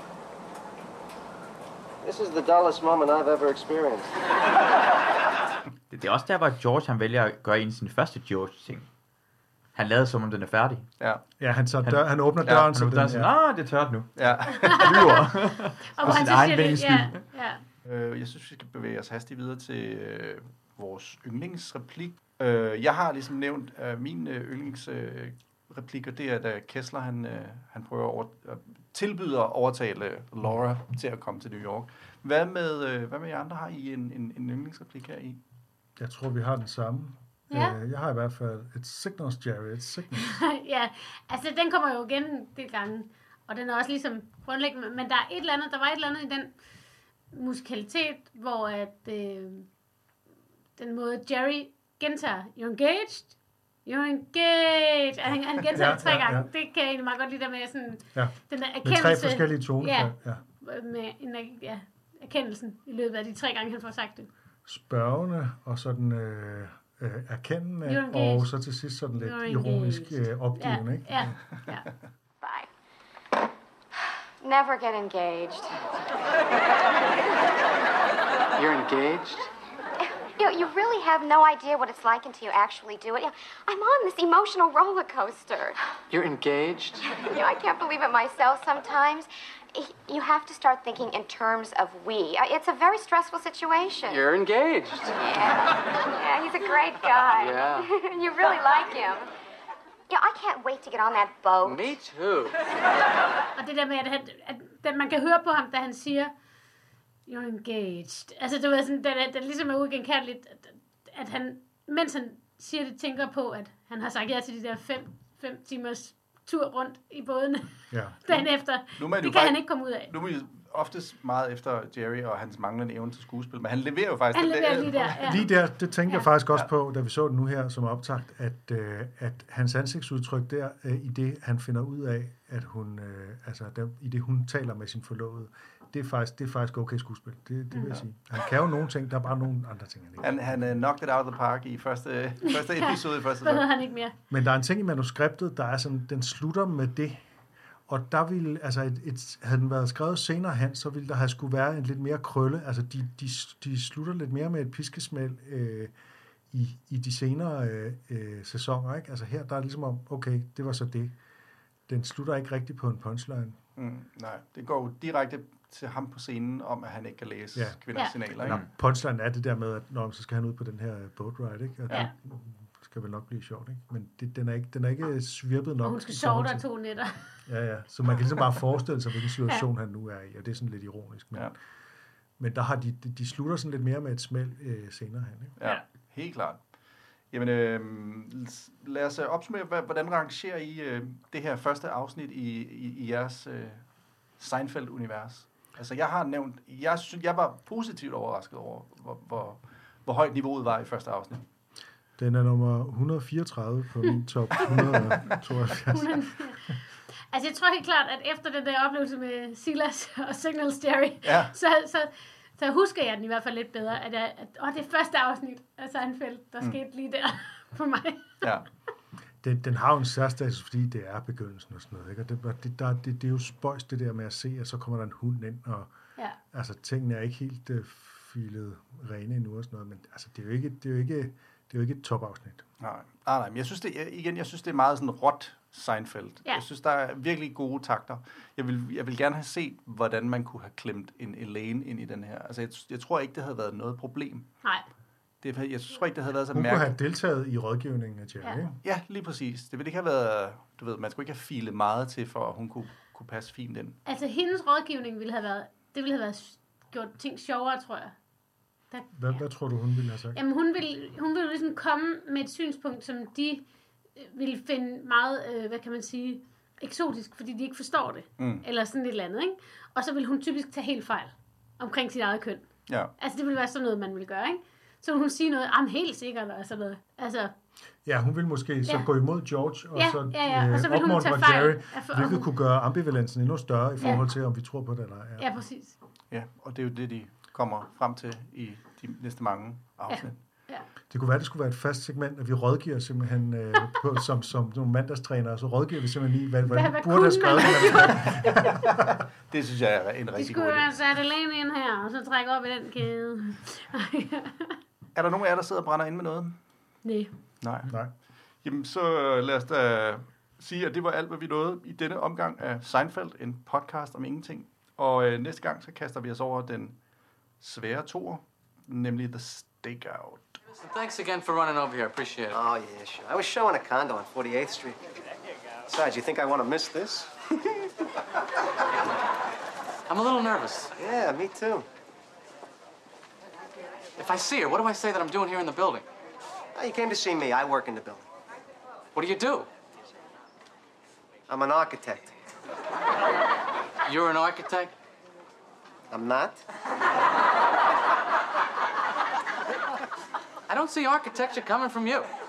This is the dullest moment I've ever experienced. Det, det er også der, hvor George han vælger at gøre en af sine første George-ting. Han lavede som om den er færdig. Ja. Ja, han, tager Han- dør, han åbner Ja, døren, Han så er den, sådan, ja. ah, det er tørt nu. Ja. Lyver. Og hvor han sin så egen siger det, vindings ja, ja. Øh, jeg synes, vi skal bevæge os hastigt videre til øh, vores yndlingsreplik. Øh, jeg har ligesom nævnt, at min øh, yndlingsreplik, øh, det er, da Kessler han, øh, han prøver at over, øh, tilbyder at overtale Laura til at komme til New York. Hvad med, øh, hvad med jer andre? Har I en, en, en yndlingsreplik her i? Jeg tror, vi har den samme. Ja. Øh, Jeg har i hvert fald et signals, Jerry, et signals. Ja, altså den kommer jo igen det gange, og den er også ligesom grundlæggende, men der er et eller andet, der var et eller andet i den musikalitet, hvor at øh, den måde Jerry gentager, you're engaged, you're engaged, han, han gentager Ja, det tre ja, gange, ja. det kan jeg egentlig meget godt lide der med sådan, Ja. den der Med erkendelse. tre forskellige toner. Ja, Ja. med en, ja, erkendelsen i løbet af de tre gange, han får sagt det. Spørgende og sådan øh, øh, erkendende, You're engaged. og så til sidst sådan lidt You're ironisk engaged. øh, opgivende, Ja, ikke? ja, ja. Bye. Never get engaged. You're engaged? You, you really have no idea what it's like until you actually do it. You know, I'm on this emotional roller coaster. You're engaged? You know, I can't believe it myself sometimes. Y- You have to start thinking in terms of we. I- It's a very stressful situation. You're engaged. Yeah. Yeah, he's a great guy. Yeah. You really like him. Yeah, I can't wait to get on that boat. Me too. Og det der med, at, han, at, at man kan høre på ham, da han siger, you're engaged. Altså, det var sådan, det, det, det ligesom er uigenkaldeligt, at, at han, mens han siger det, tænker på, at han har sagt ja til de der fem, fem timers tur rundt i bådene Ja. dagen efter. Nu er man Det jo kan faktisk- han ikke komme ud af. Nu er vi oftest meget efter Jerry og hans manglende evne til skuespil, men han leverer jo faktisk Han det leverer lige der, ja. Lige der, det tænkte Ja. jeg faktisk også på, da vi så det nu her som optakt, at, øh, at hans ansigtsudtryk der, øh, i det han finder ud af, at hun, øh, altså der, i det hun taler med sin forlovede, det er faktisk, det er faktisk okay skuespil. Det, det vil jeg sige. Han kan jo nogle ting, der er bare nogle andre ting, han ikke. Han, han uh, knocked it out of the park i første, første episode i første Så hedder sæson. han ikke mere. Men der er en ting i manuskriptet, der er sådan, den slutter med det, og der ville, altså et, et, havde den været skrevet senere hen, så ville der have skulle være en lidt mere krølle, altså de, de, de slutter lidt mere med et piskesmæld øh, i, i de senere øh, øh, sæsoner, ikke? Altså her, der er ligesom om, okay, det var så det. Den slutter ikke rigtigt på en punchline. Mm, nej, det går jo direkte til ham på scenen om, at han ikke kan læse Ja. kvinders Ja. signaler. Nå, Ikke? punchline er det der med, at når, så skal han ud på den her boat ride, ikke? Og Ja. det skal vel nok blive sjovt, ikke? Men det, den, er ikke, den er ikke svirpet nok. Og hun skal i sove forhold der til- to nætter. Ja, ja. Så man kan ligesom bare forestille sig, hvilken situation ja. han nu er i, og det er sådan lidt ironisk. Men, Ja. ja. men der har de, de, de slutter sådan lidt mere med et smæld øh, senere hen. Ikke? Ja, Ja. helt klart. Jamen, øh, lad os øh, opsummere, hva- hvordan rangerer I øh, det her første afsnit i, i, i jeres øh, Seinfeld-univers? Altså, jeg har nævnt, jeg, synes, jeg var positivt overrasket over, hvor, hvor, hvor højt niveauet var i første afsnit. Den er nummer et hundrede og fireogtredive på min top et hundrede og tooghalvfjerds. Altså, jeg tror helt klart, at efter den der oplevelse med Silas og Signals Jerry, Ja. så, så, så husker jeg den i hvert fald lidt bedre, at, jeg, at åh, det første afsnit af Seinfeld, der mm. skete lige der for mig. Ja. Den, den har jo en særstatus, fordi det er begyndelsen og sådan noget. Ikke? Og det, det, der, det, det er jo spøjs, det der med at se, at så kommer der en hund ind, og Ja. altså, tingene er ikke helt uh, filet rene endnu og sådan noget, men altså, det er jo ikke, det er jo ikke, det det er jo ikke et topafsnit. Nej, nej, nej, men jeg synes det, igen, jeg synes det er meget sådan råt Seinfeld. Ja. Jeg synes, der er virkelig gode takter. Jeg vil, jeg vil gerne have set, hvordan man kunne have klemt en Elaine ind i den her. Altså, jeg, jeg tror ikke, det havde været noget problem. Nej. Det, jeg tror ikke, det havde været så Hun mærkeligt. kunne have deltaget i rådgivningen af Jerry. Ja. Ja, lige præcis. Det ville ikke have været, du ved, man skulle ikke have filet meget til, for at hun kunne, kunne passe fint ind. Altså, hendes rådgivning ville have været, det ville have været gjort ting sjovere, tror jeg. Der, Hvad, hvad tror du, hun ville have sagt? Jamen, hun ville, hun ville ligesom komme med et synspunkt, som de øh, ville finde meget, øh, hvad kan man sige, eksotisk, fordi de ikke forstår det. Mm. Eller sådan et eller andet, ikke? Og så ville hun typisk tage helt fejl omkring sit eget køn. Ja. Altså, det ville være sådan noget, man ville gøre, ikke? Så ville hun sige noget, ah, helt sikkert, og sådan noget. Altså, Ja, hun ville måske så Ja. gå imod George, og Ja, så, ja, ja, og så øh, ville hun opmuntre tage fejl. Jerry, Ja, for- hvilket kunne gøre ambivalensen endnu større i forhold Ja. til, om vi tror på det eller ej. ja, præcis. Ja, og det er jo det, de kommer frem til i de næste mange afsnit. Ja. Det kunne være, det skulle være et fast segment, at vi rådgiver simpelthen øh, på, som, som nogle mandagstrænere, så rådgiver vi simpelthen i, hvad, hvad, Hvad, de hvad burde kunne have skrevet. man? Det synes jeg er en De rigtig skulle god jo idé. have sat Elaine ind her, og så trække op i den kæde. Er der nogen af jer, der sidder og brænder ind med noget? Nej. Nej. Nej. Jamen, så lad os da sige, at det var alt, hvad vi nåede i denne omgang af Seinfeld, en podcast om ingenting. Og øh, næste gang, så kaster vi os over den svære toer, nemlig The Stakeout. Listen, thanks again for running over here. Appreciate it. Oh, yeah, sure. I was showing a condo on forty-eighth Street. Besides, you think I want to miss this? I'm a little nervous. Yeah, me too. If I see her, what do I say that I'm doing here in the building? Oh, you came to see me. I work in the building. What do you do? I'm an architect. You're an architect? I'm not? I don't see architecture coming from you.